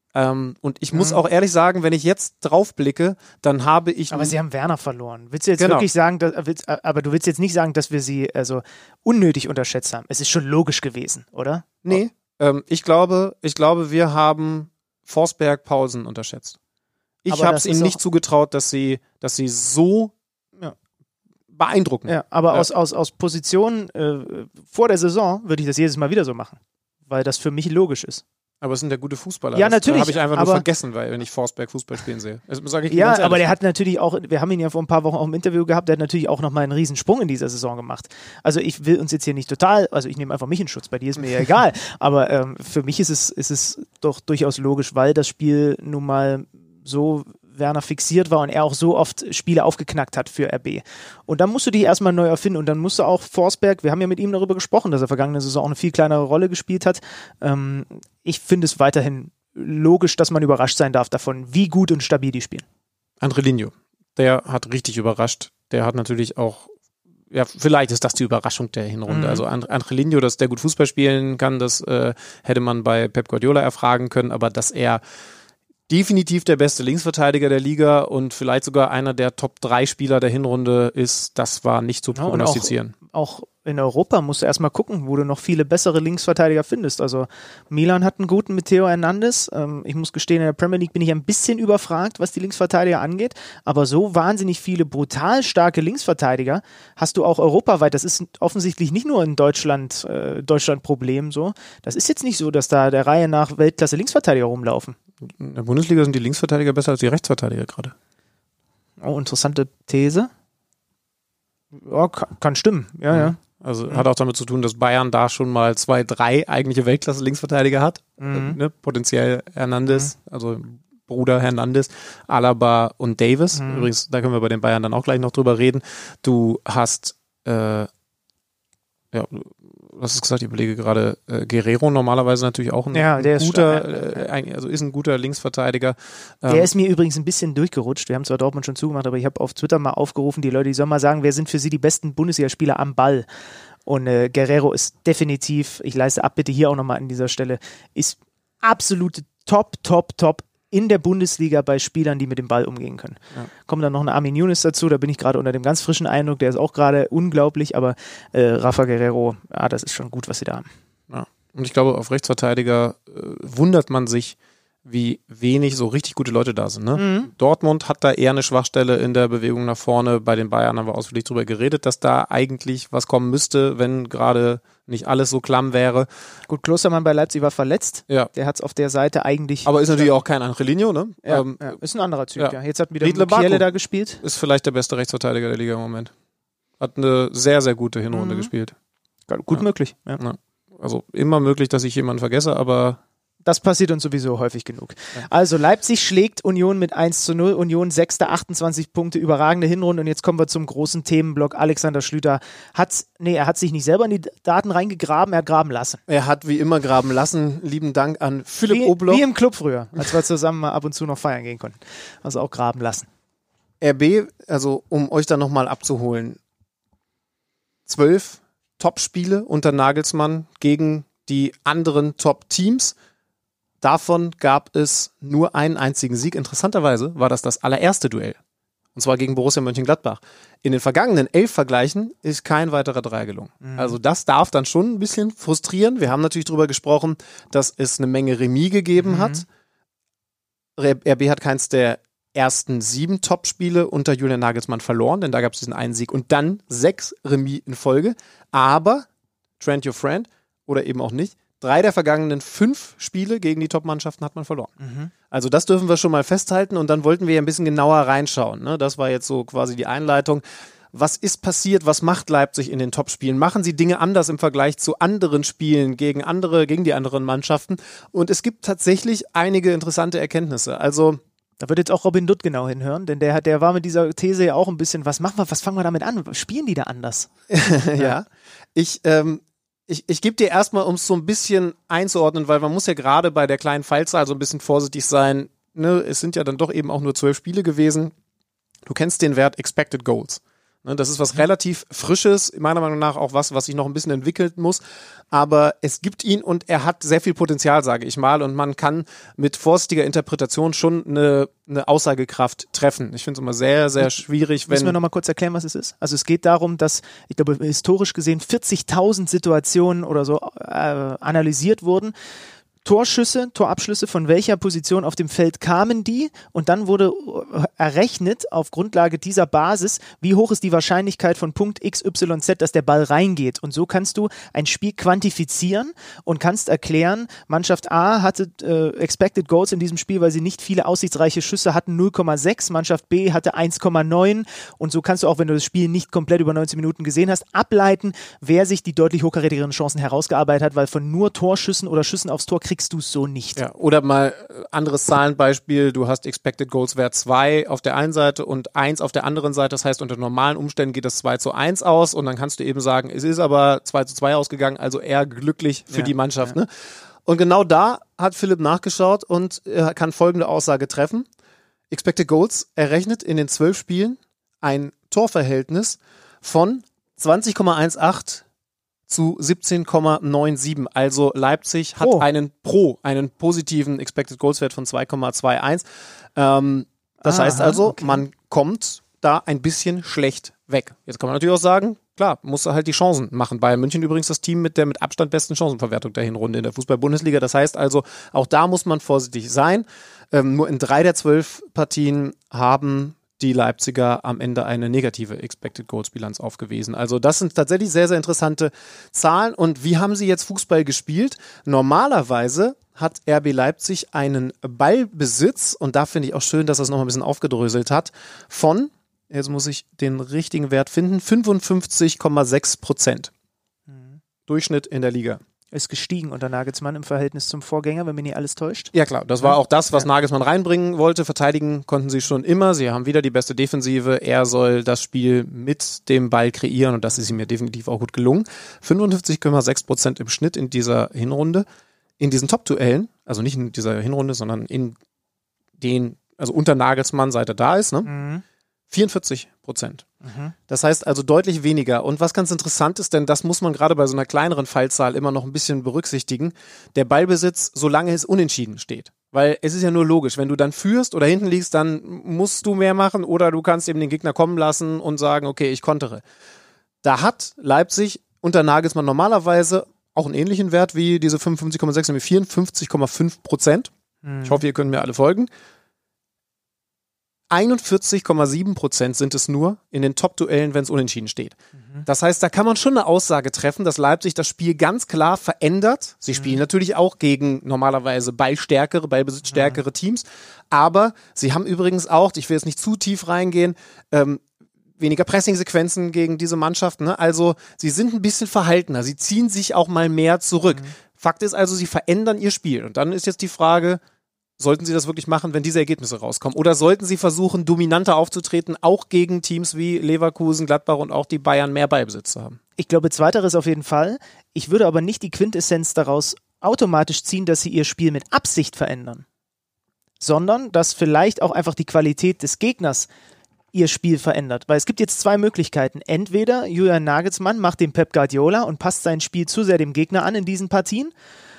Und ich muss auch ehrlich sagen, wenn ich jetzt drauf blicke, dann habe ich... Aber sie haben Werner verloren. Willst du jetzt wirklich sagen, aber du willst jetzt nicht sagen, dass wir sie also unnötig unterschätzt haben. Es ist schon logisch gewesen, oder? Nee, ich glaube, wir haben Forsberg Paulsen unterschätzt. Ich habe es ihnen nicht zugetraut, dass sie so beeindrucken. Ja, aber aus Position vor der Saison würde ich das jedes Mal wieder so machen, weil das für mich logisch ist. Aber es sind ja gute Fußballer. Ja, natürlich. Das habe ich einfach nur vergessen, wenn ich Forsberg Fußball spielen sehe. Das sage ich ja, aber der hat natürlich auch, wir haben ihn ja vor ein paar Wochen auch im Interview gehabt, der hat natürlich auch nochmal einen Riesensprung in dieser Saison gemacht. Also ich will uns jetzt hier nicht also ich nehme einfach mich in Schutz, bei dir ist mir ja egal. Aber für mich ist es doch durchaus logisch, weil das Spiel nun mal so Werner fixiert war und er auch so oft Spiele aufgeknackt hat für RB. Und dann musst du dich erstmal neu erfinden und dann musst du auch Forsberg, wir haben ja mit ihm darüber gesprochen, dass er vergangene Saison auch eine viel kleinere Rolle gespielt hat. Ich finde es weiterhin logisch, dass man überrascht sein darf davon, wie gut und stabil die spielen. Andrelinho, der hat richtig überrascht. Der hat natürlich auch, ja, vielleicht ist das die Überraschung der Hinrunde. Also Angelino, dass der gut Fußball spielen kann, das hätte man bei Pep Guardiola erfragen können, aber dass er definitiv der beste Linksverteidiger der Liga und vielleicht sogar einer der Top-3 Spieler der Hinrunde ist, das war nicht zu prognostizieren. Auch in Europa musst du erstmal gucken, wo du noch viele bessere Linksverteidiger findest. Also Milan hat einen guten mit Theo Hernandez. Ich muss gestehen, in der Premier League bin ich ein bisschen überfragt, was die Linksverteidiger angeht. Aber so wahnsinnig viele brutal starke Linksverteidiger hast du auch europaweit. Das ist offensichtlich nicht nur ein Deutschland-Problem so. Das ist jetzt nicht so, dass da der Reihe nach Weltklasse-Linksverteidiger rumlaufen. In der Bundesliga sind die Linksverteidiger besser als die Rechtsverteidiger gerade. Oh, interessante These. Ja, kann stimmen. Ja. Also hat auch damit zu tun, dass Bayern da schon mal 2, 3 eigentliche Weltklasse-Linksverteidiger hat. Potenziell Hernandez, also Bruder Hernandez, Alaba und Davis. Übrigens, da können wir bei den Bayern dann auch gleich noch drüber reden. Du hast, du hast es gesagt, ich überlege gerade, Guerrero normalerweise natürlich auch ein guter Linksverteidiger. Der ist mir übrigens ein bisschen durchgerutscht. Wir haben zwar Dortmund schon zugemacht, aber ich habe auf Twitter mal aufgerufen, die Leute, die sollen mal sagen, wer sind für sie die besten Bundesligaspieler am Ball? Und Guerrero ist definitiv, ich leiste Abbitte hier auch nochmal an dieser Stelle, ist absolute Top in der Bundesliga bei Spielern, die mit dem Ball umgehen können. Ja. Kommt dann noch ein Armin Younes dazu, da bin ich gerade unter dem ganz frischen Eindruck, der ist auch gerade unglaublich, aber Rafa Guerrero, das ist schon gut, was sie da haben. Ja. Und ich glaube, auf Rechtsverteidiger wundert man sich, wie wenig so richtig gute Leute da sind. Ne? Dortmund hat da eher eine Schwachstelle in der Bewegung nach vorne. Bei den Bayern haben wir ausführlich drüber geredet, dass da eigentlich was kommen müsste, wenn gerade nicht alles so klamm wäre. Gut, Klostermann bei Leipzig war verletzt. Ja. Der hat es auf der Seite eigentlich... Aber ist natürlich auch kein Angelino, ne? Ja, ist ein anderer Typ, ja. Jetzt hat wieder Musiala da gespielt. Ist vielleicht der beste Rechtsverteidiger der Liga im Moment. Hat eine sehr, sehr gute Hinrunde gespielt. Gut möglich. Ja. Also immer möglich, dass ich jemanden vergesse, aber... Das passiert uns sowieso häufig genug. Also Leipzig schlägt Union mit 1:0. Union 6. 28 Punkte, überragende Hinrunde. Und jetzt kommen wir zum großen Themenblock. Alexander Schlüter er hat sich nicht selber in die Daten reingegraben, er hat graben lassen. Er hat wie immer graben lassen. Lieben Dank an Philipp Obloch. Wie im Club früher, als wir zusammen mal ab und zu noch feiern gehen konnten. Also auch graben lassen. RB, also um euch da nochmal abzuholen, 12 Top-Spiele unter Nagelsmann gegen die anderen Top-Teams. Davon gab es nur einen einzigen Sieg. Interessanterweise war das allererste Duell. Und zwar gegen Borussia Mönchengladbach. In den vergangenen 11 Vergleichen ist kein weiterer Dreier gelungen. Also das darf dann schon ein bisschen frustrieren. Wir haben natürlich darüber gesprochen, dass es eine Menge Remis gegeben hat. RB hat keins der ersten 7 Top-Spiele unter Julian Nagelsmann verloren, denn da gab es diesen einen Sieg und dann 6 Remis in Folge. Aber, Trent your friend, oder eben auch nicht, 3 der vergangenen 5 Spiele gegen die Top-Mannschaften hat man verloren. Also das dürfen wir schon mal festhalten und dann wollten wir ja ein bisschen genauer reinschauen. Ne? Das war jetzt so quasi die Einleitung. Was ist passiert? Was macht Leipzig in den Top-Spielen? Machen sie Dinge anders im Vergleich zu anderen Spielen gegen die anderen Mannschaften? Und es gibt tatsächlich einige interessante Erkenntnisse. Also da wird jetzt auch Robin Dutt genau hinhören, denn der war mit dieser These ja auch ein bisschen, was fangen wir damit an? Spielen die da anders? Ja, Ich gebe dir erstmal, um es so ein bisschen einzuordnen, weil man muss ja gerade bei der kleinen Fallzahl so ein bisschen vorsichtig sein. Ne? Es sind ja dann doch eben auch nur 12 Spiele gewesen. Du kennst den Wert Expected Goals. Ne? Das ist was relativ Frisches, meiner Meinung nach auch was sich noch ein bisschen entwickeln muss. Aber es gibt ihn und er hat sehr viel Potenzial, sage ich mal. Und man kann mit vorsichtiger Interpretation schon eine Aussagekraft treffen. Ich finde es immer sehr, sehr schwierig. Müssen wir nochmal kurz erklären, was es ist? Also es geht darum, dass, ich glaube, historisch gesehen 40.000 Situationen oder so analysiert wurden. Torschüsse, Torabschlüsse, von welcher Position auf dem Feld kamen die? Und dann wurde errechnet auf Grundlage dieser Basis, wie hoch ist die Wahrscheinlichkeit von Punkt XYZ, dass der Ball reingeht. Und so kannst du ein Spiel quantifizieren und kannst erklären, Mannschaft A hatte Expected Goals in diesem Spiel, weil sie nicht viele aussichtsreiche Schüsse hatten, 0,6. Mannschaft B hatte 1,9. Und so kannst du auch, wenn du das Spiel nicht komplett über 19 Minuten gesehen hast, ableiten, wer sich die deutlich hochkarätigeren Chancen herausgearbeitet hat, weil von nur Torschüssen oder Schüssen aufs Tor kriegst du es so nicht. Ja, oder mal anderes Zahlenbeispiel, du hast Expected Goals Wert 2 auf der einen Seite und 1 auf der anderen Seite, das heißt unter normalen Umständen geht das 2:1 aus und dann kannst du eben sagen, es ist aber 2:2 ausgegangen, also eher glücklich für die Mannschaft. Ne? Und genau da hat Philipp nachgeschaut und kann folgende Aussage treffen. Expected Goals errechnet in den 12 Spielen ein Torverhältnis von 20,18 zu 17,97. Also Leipzig hat einen positiven Expected Goals Wert von 2,21. Das heißt also, man kommt da ein bisschen schlecht weg. Jetzt kann man natürlich auch sagen, klar, muss er halt die Chancen machen. Bayern München übrigens das Team mit der mit Abstand besten Chancenverwertung der Hinrunde in der Fußball-Bundesliga. Das heißt also, auch da muss man vorsichtig sein. Nur in 3 der 12 Partien haben die Leipziger am Ende eine negative Expected Goals Bilanz aufgewiesen. Also das sind tatsächlich sehr, sehr interessante Zahlen. Und wie haben sie jetzt Fußball gespielt? Normalerweise hat RB Leipzig einen Ballbesitz, und da finde ich auch schön, dass er es noch ein bisschen aufgedröselt hat, von, jetzt muss ich den richtigen Wert finden, 55,6%. Durchschnitt in der Liga. Ist gestiegen unter Nagelsmann im Verhältnis zum Vorgänger, wenn mich nicht alles täuscht. Ja klar, das war auch das, was Nagelsmann reinbringen wollte. Verteidigen konnten sie schon immer. Sie haben wieder die beste Defensive. Er soll das Spiel mit dem Ball kreieren und das ist ihm ja definitiv auch gut gelungen. 55,6% im Schnitt in dieser Hinrunde. In diesen Top-Duellen, also nicht in dieser Hinrunde, sondern in den, also unter Nagelsmann, seit er da ist, ne? 44%. Das heißt also deutlich weniger. Und was ganz interessant ist, denn das muss man gerade bei so einer kleineren Fallzahl immer noch ein bisschen berücksichtigen, der Ballbesitz, solange es unentschieden steht. Weil es ist ja nur logisch, wenn du dann führst oder hinten liegst, dann musst du mehr machen oder du kannst eben den Gegner kommen lassen und sagen, okay, ich kontere. Da hat Leipzig unter Nagelsmann normalerweise auch einen ähnlichen Wert wie diese 55,6, nämlich 54,5%. Ich hoffe, ihr könnt mir alle folgen. 41,7% sind es nur in den Top-Duellen, wenn es unentschieden steht. Das heißt, da kann man schon eine Aussage treffen, dass Leipzig das Spiel ganz klar verändert. Sie spielen natürlich auch gegen normalerweise ballbesitzstärkere Teams, aber sie haben übrigens auch, ich will jetzt nicht zu tief reingehen, weniger Pressing-Sequenzen gegen diese Mannschaften. Ne? Also sie sind ein bisschen verhaltener, sie ziehen sich auch mal mehr zurück. Fakt ist also, sie verändern ihr Spiel. Und dann ist jetzt die Frage, sollten sie das wirklich machen, wenn diese Ergebnisse rauskommen? Oder sollten sie versuchen, dominanter aufzutreten, auch gegen Teams wie Leverkusen, Gladbach und auch die Bayern mehr Ballbesitz zu haben? Ich glaube, zweiteres auf jeden Fall. Ich würde aber nicht die Quintessenz daraus automatisch ziehen, dass sie ihr Spiel mit Absicht verändern, sondern dass vielleicht auch einfach die Qualität des Gegners ihr Spiel verändert. Weil es gibt jetzt zwei Möglichkeiten. Entweder Julian Nagelsmann macht den Pep Guardiola und passt sein Spiel zu sehr dem Gegner an in diesen Partien.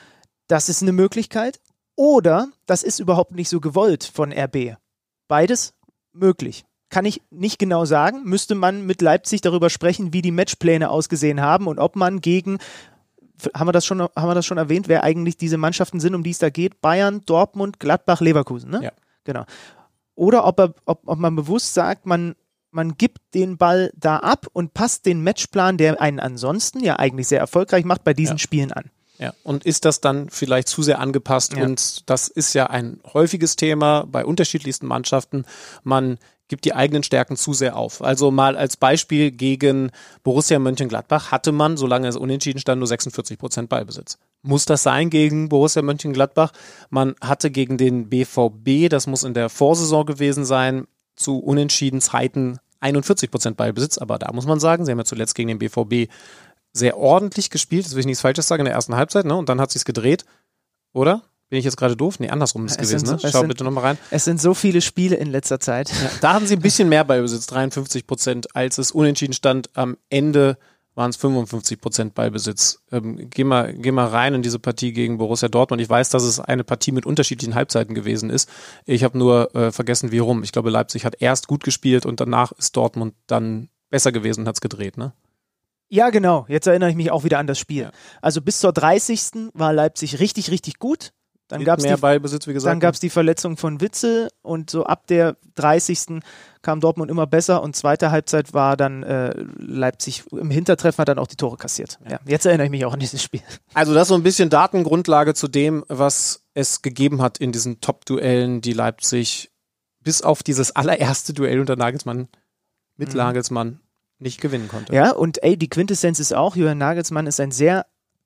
Das ist eine Möglichkeit. Oder das ist überhaupt nicht so gewollt von RB. Beides möglich. Kann ich nicht genau sagen. Müsste man mit Leipzig darüber sprechen, wie die Matchpläne ausgesehen haben und ob man gegen, haben wir das schon erwähnt, wer eigentlich diese Mannschaften sind, um die es da geht? Bayern, Dortmund, Gladbach, Leverkusen, ne? Ja. Genau. Oder ob man bewusst sagt, man gibt den Ball da ab und passt den Matchplan, der einen ansonsten ja eigentlich sehr erfolgreich macht, bei diesen Spielen an. Ja, und ist das dann vielleicht zu sehr angepasst? Ja. Und das ist ja ein häufiges Thema bei unterschiedlichsten Mannschaften. Man gibt die eigenen Stärken zu sehr auf. Also mal als Beispiel gegen Borussia Mönchengladbach hatte man, solange es unentschieden stand, nur 46% Ballbesitz. Muss das sein gegen Borussia Mönchengladbach? Man hatte gegen den BVB, das muss in der Vorsaison gewesen sein, zu unentschieden Zeiten 41% Ballbesitz. Aber da muss man sagen, sie haben ja zuletzt gegen den BVB sehr ordentlich gespielt, das will ich nichts Falsches sagen, in der ersten Halbzeit, ne? Und dann hat sie es gedreht, oder? Bin ich jetzt gerade doof? Nee, andersrum ist es gewesen, ne? Schau bitte nochmal rein. Es sind so viele Spiele in letzter Zeit. Ja, da hatten sie ein bisschen mehr Ballbesitz, 53%, als es unentschieden stand. Am Ende waren es 55% Ballbesitz. Geh mal rein in diese Partie gegen Borussia Dortmund. Ich weiß, dass es eine Partie mit unterschiedlichen Halbzeiten gewesen ist. Ich habe nur vergessen, wie rum. Ich glaube, Leipzig hat erst gut gespielt und danach ist Dortmund dann besser gewesen und hat es gedreht, ne? Ja, genau. Jetzt erinnere ich mich auch wieder an das Spiel. Ja. Also bis zur 30. war Leipzig richtig, richtig gut. Dann gab es Ballbesitz, wie gesagt. Dann gab es die Verletzung von Witzel und so ab der 30. kam Dortmund immer besser und zweite Halbzeit war dann Leipzig im Hintertreffen, hat dann auch die Tore kassiert. Ja. Jetzt erinnere ich mich auch an dieses Spiel. Also das ist so ein bisschen Datengrundlage zu dem, was es gegeben hat in diesen Top-Duellen, die Leipzig bis auf dieses allererste Duell unter Nagelsmann mit Nagelsmann nicht gewinnen konnte. Ja, und die Quintessenz ist auch, Julian Nagelsmann ist ein sehr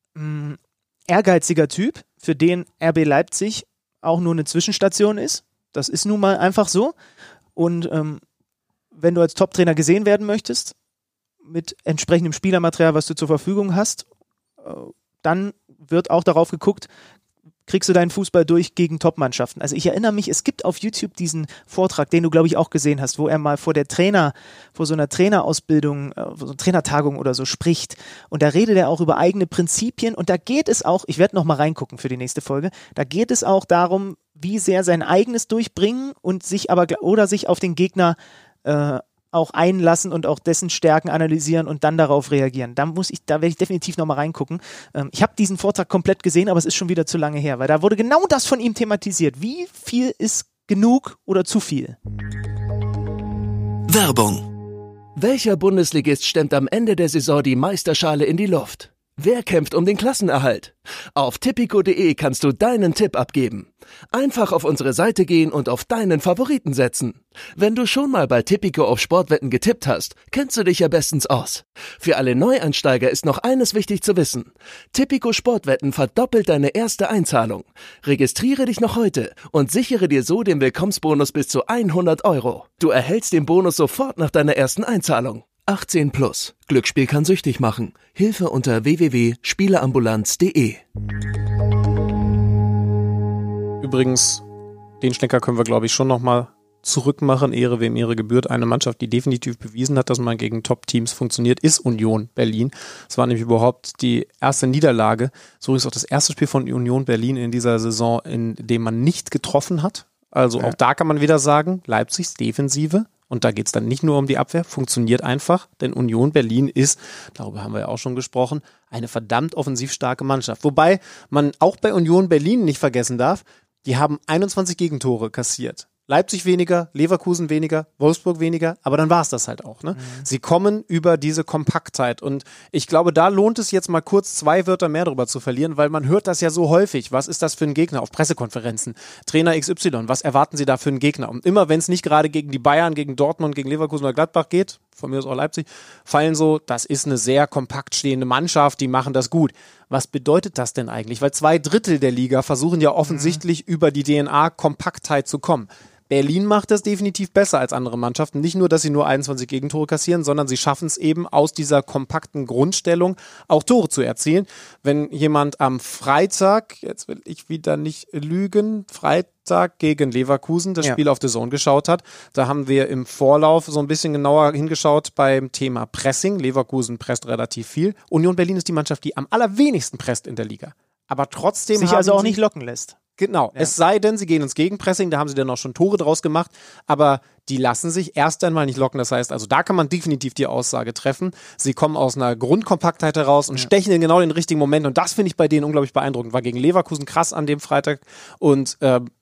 ehrgeiziger Typ, für den RB Leipzig auch nur eine Zwischenstation ist. Das ist nun mal einfach so. Und wenn du als Top-Trainer gesehen werden möchtest, mit entsprechendem Spielermaterial, was du zur Verfügung hast, dann wird auch darauf geguckt, kriegst du deinen Fußball durch gegen Top-Mannschaften. Also ich erinnere mich, es gibt auf YouTube diesen Vortrag, den du, glaube ich, auch gesehen hast, wo er mal vor so einer Trainerausbildung, so einer Trainertagung oder so spricht. Und da redet er auch über eigene Prinzipien. Und da geht es auch, ich werde noch mal reingucken für die nächste Folge, da geht es auch darum, wie sehr sein eigenes durchbringen und sich auf den Gegner auch einlassen und auch dessen Stärken analysieren und dann darauf reagieren. Da werde ich definitiv nochmal reingucken. Ich habe diesen Vortrag komplett gesehen, aber es ist schon wieder zu lange her, weil da wurde genau das von ihm thematisiert. Wie viel ist genug oder zu viel? Werbung. Welcher Bundesligist stemmt am Ende der Saison die Meisterschale in die Luft? Wer kämpft um den Klassenerhalt? Auf tipico.de kannst du deinen Tipp abgeben. Einfach auf unsere Seite gehen und auf deinen Favoriten setzen. Wenn du schon mal bei Tipico auf Sportwetten getippt hast, kennst du dich ja bestens aus. Für alle Neueinsteiger ist noch eines wichtig zu wissen. Tipico Sportwetten verdoppelt deine erste Einzahlung. Registriere dich noch heute und sichere dir so den Willkommensbonus bis zu 100 €. Du erhältst den Bonus sofort nach deiner ersten Einzahlung. 18+. Glücksspiel kann süchtig machen. Hilfe unter www.spieleambulanz.de. Übrigens, den Schlenker können wir, glaube ich, schon nochmal zurückmachen. Ehre wem Ehre gebührt. Eine Mannschaft, die definitiv bewiesen hat, dass man gegen Top-Teams funktioniert, ist Union Berlin. Es war nämlich überhaupt die erste Niederlage. So ist auch das erste Spiel von Union Berlin in dieser Saison, in dem man nicht getroffen hat. Also auch da kann man wieder sagen, Leipzigs Defensive, und da geht es dann nicht nur um die Abwehr, funktioniert einfach, denn Union Berlin ist, darüber haben wir ja auch schon gesprochen, eine verdammt offensiv starke Mannschaft. Wobei man auch bei Union Berlin nicht vergessen darf, die haben 21 Gegentore kassiert. Leipzig weniger, Leverkusen weniger, Wolfsburg weniger, aber dann war es das halt auch. Ne? Sie kommen über diese Kompaktheit und ich glaube, da lohnt es jetzt mal kurz 2 Wörter mehr darüber zu verlieren, weil man hört das ja so häufig. Was ist das für ein Gegner auf Pressekonferenzen? Trainer XY, was erwarten Sie da für einen Gegner? Und immer wenn es nicht gerade gegen die Bayern, gegen Dortmund, gegen Leverkusen oder Gladbach geht, von mir aus auch Leipzig, fallen so, das ist eine sehr kompakt stehende Mannschaft, die machen das gut. Was bedeutet das denn eigentlich? Weil 2/3 der Liga versuchen ja offensichtlich über die DNA Kompaktheit zu kommen. Berlin macht das definitiv besser als andere Mannschaften. Nicht nur, dass sie nur 21 Gegentore kassieren, sondern sie schaffen es eben aus dieser kompakten Grundstellung auch Tore zu erzielen. Wenn jemand am Freitag, jetzt will ich wieder nicht lügen, Freitag gegen Leverkusen das Spiel auf The Zone geschaut hat, da haben wir im Vorlauf so ein bisschen genauer hingeschaut beim Thema Pressing. Leverkusen presst relativ viel. Union Berlin ist die Mannschaft, die am allerwenigsten presst in der Liga. Aber trotzdem sich also auch nicht locken lässt. Genau, es sei denn, sie gehen ins Gegenpressing, da haben sie dann auch schon Tore draus gemacht, aber die lassen sich erst einmal nicht locken, das heißt, also da kann man definitiv die Aussage treffen, sie kommen aus einer Grundkompaktheit heraus und stechen in genau den richtigen Moment und das finde ich bei denen unglaublich beeindruckend, war gegen Leverkusen krass an dem Freitag und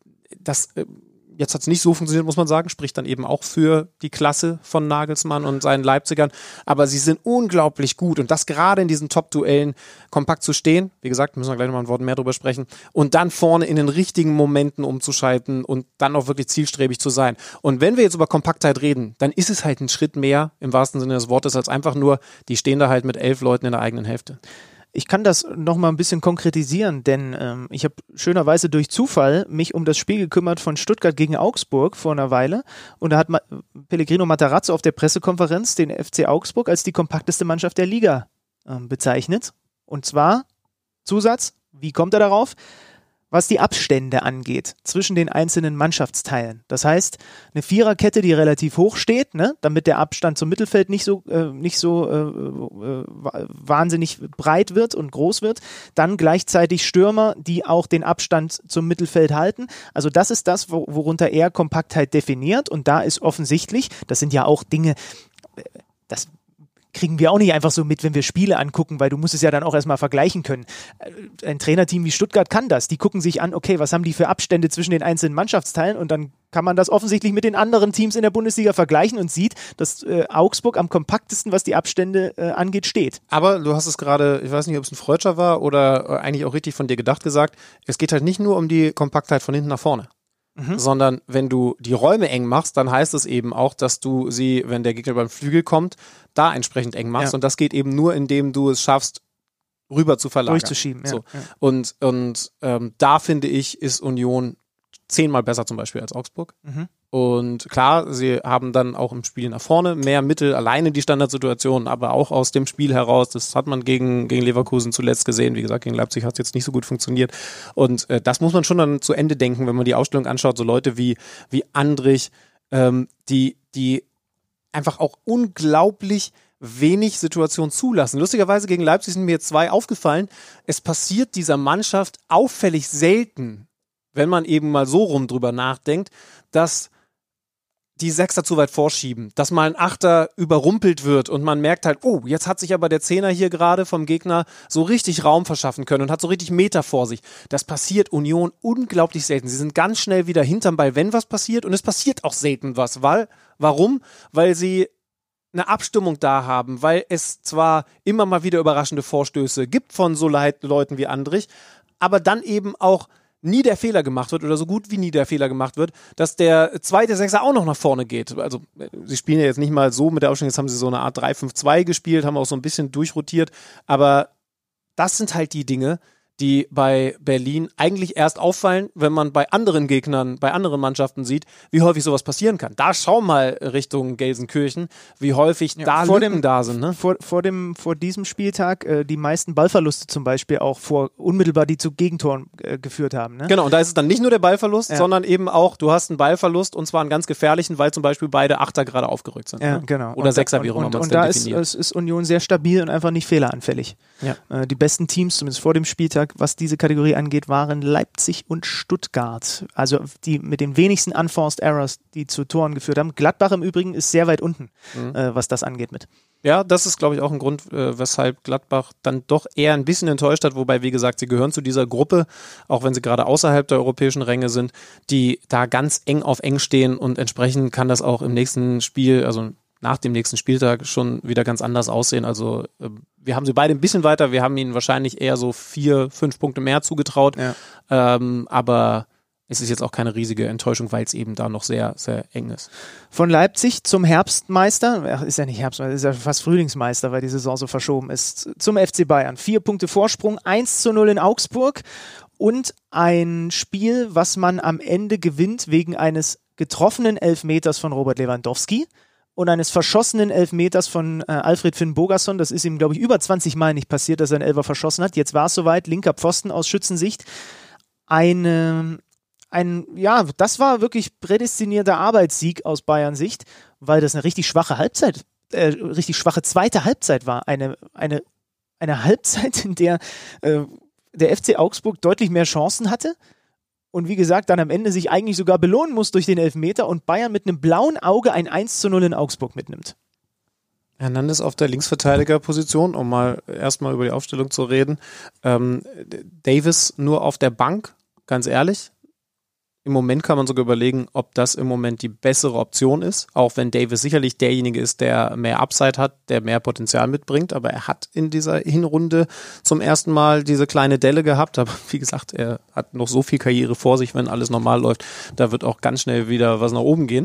jetzt hat es nicht so funktioniert, muss man sagen, spricht dann eben auch für die Klasse von Nagelsmann und seinen Leipzigern, aber sie sind unglaublich gut und das gerade in diesen Top-Duellen kompakt zu stehen, wie gesagt, müssen wir gleich nochmal ein Wort mehr drüber sprechen, und dann vorne in den richtigen Momenten umzuschalten und dann auch wirklich zielstrebig zu sein. Und wenn wir jetzt über Kompaktheit reden, dann ist es halt ein Schritt mehr, im wahrsten Sinne des Wortes, als einfach nur, die stehen da halt mit 11 Leuten in der eigenen Hälfte. Ich kann das nochmal ein bisschen konkretisieren, denn ich habe schönerweise durch Zufall mich um das Spiel gekümmert von Stuttgart gegen Augsburg vor einer Weile und da hat Pellegrino Matarazzo auf der Pressekonferenz den FC Augsburg als die kompakteste Mannschaft der Liga bezeichnet. Und zwar, Zusatz, wie kommt er darauf? Was die Abstände angeht zwischen den einzelnen Mannschaftsteilen. Das heißt, eine Viererkette, die relativ hoch steht, ne, damit der Abstand zum Mittelfeld nicht so wahnsinnig breit wird und groß wird. Dann gleichzeitig Stürmer, die auch den Abstand zum Mittelfeld halten. Also das ist das, worunter er Kompaktheit definiert. Und da ist offensichtlich, das sind ja auch Dinge, das kriegen wir auch nicht einfach so mit, wenn wir Spiele angucken, weil du musst es ja dann auch erstmal vergleichen können. Ein Trainerteam wie Stuttgart kann das. Die gucken sich an, okay, was haben die für Abstände zwischen den einzelnen Mannschaftsteilen und dann kann man das offensichtlich mit den anderen Teams in der Bundesliga vergleichen und sieht, dass Augsburg am kompaktesten, was die Abstände angeht, steht. Aber du hast es gerade, ich weiß nicht, ob es ein Freudscher war oder eigentlich auch richtig von dir gedacht gesagt, es geht halt nicht nur um die Kompaktheit von hinten nach vorne. Sondern wenn du die Räume eng machst, dann heißt es eben auch, dass du sie, wenn der Gegner beim Flügel kommt, da entsprechend eng machst. Ja. Und das geht eben nur, indem du es schaffst, rüber zu verlagern. Durchzuschieben, ja. So. Ja. Und da finde ich, ist Union 10-mal besser zum Beispiel als Augsburg. Und klar, sie haben dann auch im Spiel nach vorne mehr Mittel, alleine die Standardsituation, aber auch aus dem Spiel heraus. Das hat man gegen Leverkusen zuletzt gesehen. Wie gesagt, gegen Leipzig hat es jetzt nicht so gut funktioniert. Und das muss man schon dann zu Ende denken, wenn man die Ausstellung anschaut. So Leute wie Andrich, die einfach auch unglaublich wenig Situationen zulassen. Lustigerweise gegen Leipzig sind mir jetzt 2 aufgefallen. Es passiert dieser Mannschaft auffällig selten, wenn man eben mal so rum drüber nachdenkt, dass die Sechser zu weit vorschieben, dass mal ein Achter überrumpelt wird und man merkt halt, oh, jetzt hat sich aber der Zehner hier gerade vom Gegner so richtig Raum verschaffen können und hat so richtig Meter vor sich. Das passiert Union unglaublich selten. Sie sind ganz schnell wieder hinterm Ball, wenn was passiert, und es passiert auch selten was. Warum? Weil sie eine Abstimmung da haben, weil es zwar immer mal wieder überraschende Vorstöße gibt von so Leuten wie Andrich, aber dann eben auch nie der Fehler gemacht wird oder so gut wie nie der Fehler gemacht wird, dass der zweite Sechser auch noch nach vorne geht. Also sie spielen ja jetzt nicht mal so mit der Aufstellung, jetzt haben sie so eine Art 3-5-2 gespielt, haben auch so ein bisschen durchrotiert, aber das sind halt die Dinge, die bei Berlin eigentlich erst auffallen, wenn man bei anderen Gegnern, bei anderen Mannschaften sieht, wie häufig sowas passieren kann. Da schau mal Richtung Gelsenkirchen, wie häufig da Lücken da sind. Ne? Vor diesem Spieltag die meisten Ballverluste zum Beispiel auch unmittelbar, die zu Gegentoren geführt haben. Ne? Genau, und da ist es dann nicht nur der Ballverlust, sondern eben auch, du hast einen Ballverlust und zwar einen ganz gefährlichen, weil zum Beispiel beide Achter gerade aufgerückt sind. Ja, genau. Oder Sechser, wie auch immer man es definiert. Und da ist Union sehr stabil und einfach nicht fehleranfällig. Ja. Die besten Teams, zumindest vor dem Spieltag, was diese Kategorie angeht, waren Leipzig und Stuttgart. Also die mit den wenigsten Unforced Errors, die zu Toren geführt haben. Gladbach im Übrigen ist sehr weit unten, was das angeht mit. Ja, das ist, glaube ich, auch ein Grund, weshalb Gladbach dann doch eher ein bisschen enttäuscht hat, wobei, wie gesagt, sie gehören zu dieser Gruppe, auch wenn sie gerade außerhalb der europäischen Ränge sind, die da ganz eng auf eng stehen und entsprechend kann das auch im nächsten Spiel, also nach dem nächsten Spieltag schon wieder ganz anders aussehen. Also wir haben sie beide ein bisschen weiter, wir haben ihnen wahrscheinlich eher so 4-5 Punkte mehr zugetraut, aber es ist jetzt auch keine riesige Enttäuschung, weil es eben da noch sehr, sehr eng ist. Von Leipzig zum Herbstmeister, ist ja nicht Herbstmeister, ist ja fast Frühlingsmeister, weil die Saison so verschoben ist, zum FC Bayern. 4 Punkte Vorsprung, 1:0 in Augsburg und ein Spiel, was man am Ende gewinnt wegen eines getroffenen Elfmeters von Robert Lewandowski und eines verschossenen Elfmeters von Alfred Finn Bogason. Das ist ihm, glaube ich, über 20 Mal nicht passiert, dass er einen Elfer verschossen hat. Jetzt war es soweit, linker Pfosten aus Schützensicht. Das war wirklich prädestinierter Arbeitssieg aus Bayerns Sicht, weil das eine richtig schwache richtig schwache zweite Halbzeit war. Eine Halbzeit, in der der FC Augsburg deutlich mehr Chancen hatte und wie gesagt, dann am Ende sich eigentlich sogar belohnen muss durch den Elfmeter und Bayern mit einem blauen Auge ein 1:0 in Augsburg mitnimmt. Hernandez auf der Linksverteidigerposition, um mal erstmal über die Aufstellung zu reden. Davis nur auf der Bank, ganz ehrlich. Im Moment kann man sogar überlegen, ob das im Moment die bessere Option ist, auch wenn Davis sicherlich derjenige ist, der mehr Upside hat, der mehr Potenzial mitbringt, aber er hat in dieser Hinrunde zum ersten Mal diese kleine Delle gehabt, aber wie gesagt, er hat noch so viel Karriere vor sich, wenn alles normal läuft, da wird auch ganz schnell wieder was nach oben gehen.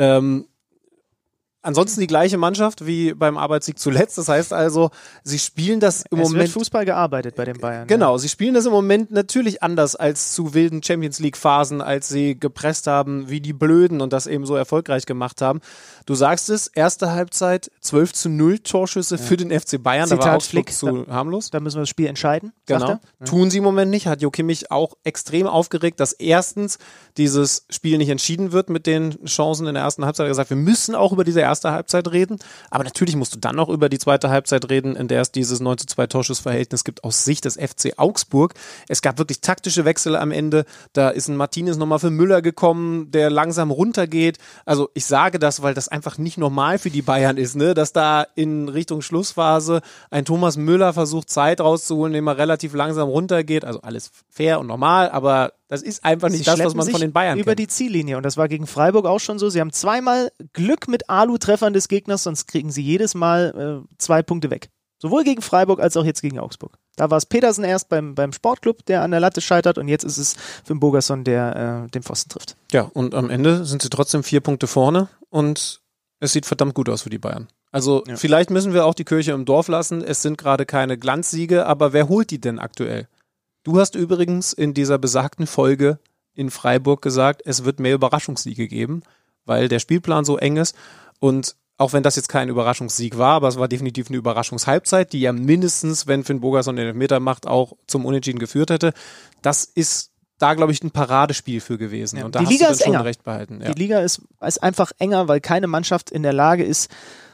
Ansonsten die gleiche Mannschaft wie beim Arbeitssieg zuletzt. Das heißt also, sie spielen das im Moment. Es wird Fußball gearbeitet bei den Bayern. Genau, sie spielen das im Moment natürlich anders als zu wilden Champions-League-Phasen, als sie gepresst haben wie die Blöden und das eben so erfolgreich gemacht haben. Du sagst es, erste Halbzeit 12:0 Torschüsse für den FC Bayern. Zitat da war Augsburg Flick, zu harmlos. Da müssen wir das Spiel entscheiden. Genau. Tun sie im Moment nicht. Hat Jo Kimmich auch extrem aufgeregt, dass erstens dieses Spiel nicht entschieden wird mit den Chancen in der ersten Halbzeit. Er hat gesagt, wir müssen auch über diese erste Halbzeit reden. Aber natürlich musst du dann noch über die zweite Halbzeit reden, in der es dieses 9:2 Torschussverhältnis gibt aus Sicht des FC Augsburg. Es gab wirklich taktische Wechsel am Ende. Da ist ein Martinez nochmal für Müller gekommen, der langsam runtergeht. Also ich sage das, weil das einfach nicht normal für die Bayern ist, ne? Dass da in Richtung Schlussphase ein Thomas Müller versucht, Zeit rauszuholen, indem er relativ langsam runtergeht. Also alles fair und normal, aber das ist einfach nicht das, was man von den Bayern kennt. Über die Ziellinie und das war gegen Freiburg auch schon so. Sie haben zweimal Glück mit Alu-Treffern des Gegners, sonst kriegen sie jedes Mal 2 Punkte weg. Sowohl gegen Freiburg als auch jetzt gegen Augsburg. Da war es Petersen erst beim Sportclub, der an der Latte scheitert und jetzt ist es Finn Bogason, der den Pfosten trifft. Ja, und am Ende sind sie trotzdem 4 Punkte vorne und es sieht verdammt gut aus für die Bayern. Also vielleicht müssen wir auch die Kirche im Dorf lassen. Es sind gerade keine Glanzsiege, aber wer holt die denn aktuell? Du hast übrigens in dieser besagten Folge in Freiburg gesagt, es wird mehr Überraschungssiege geben, weil der Spielplan so eng ist und auch wenn das jetzt kein Überraschungssieg war, aber es war definitiv eine Überraschungshalbzeit, die ja mindestens, wenn Finn Bogason den Elfmeter macht, auch zum Unentschieden geführt hätte. Das ist da, glaube ich, ein Paradespiel für gewesen. Ja, und da die hast Liga du dann ist schon enger. recht behalten. Ja. Die Liga ist einfach enger, weil keine Mannschaft in der Lage ist,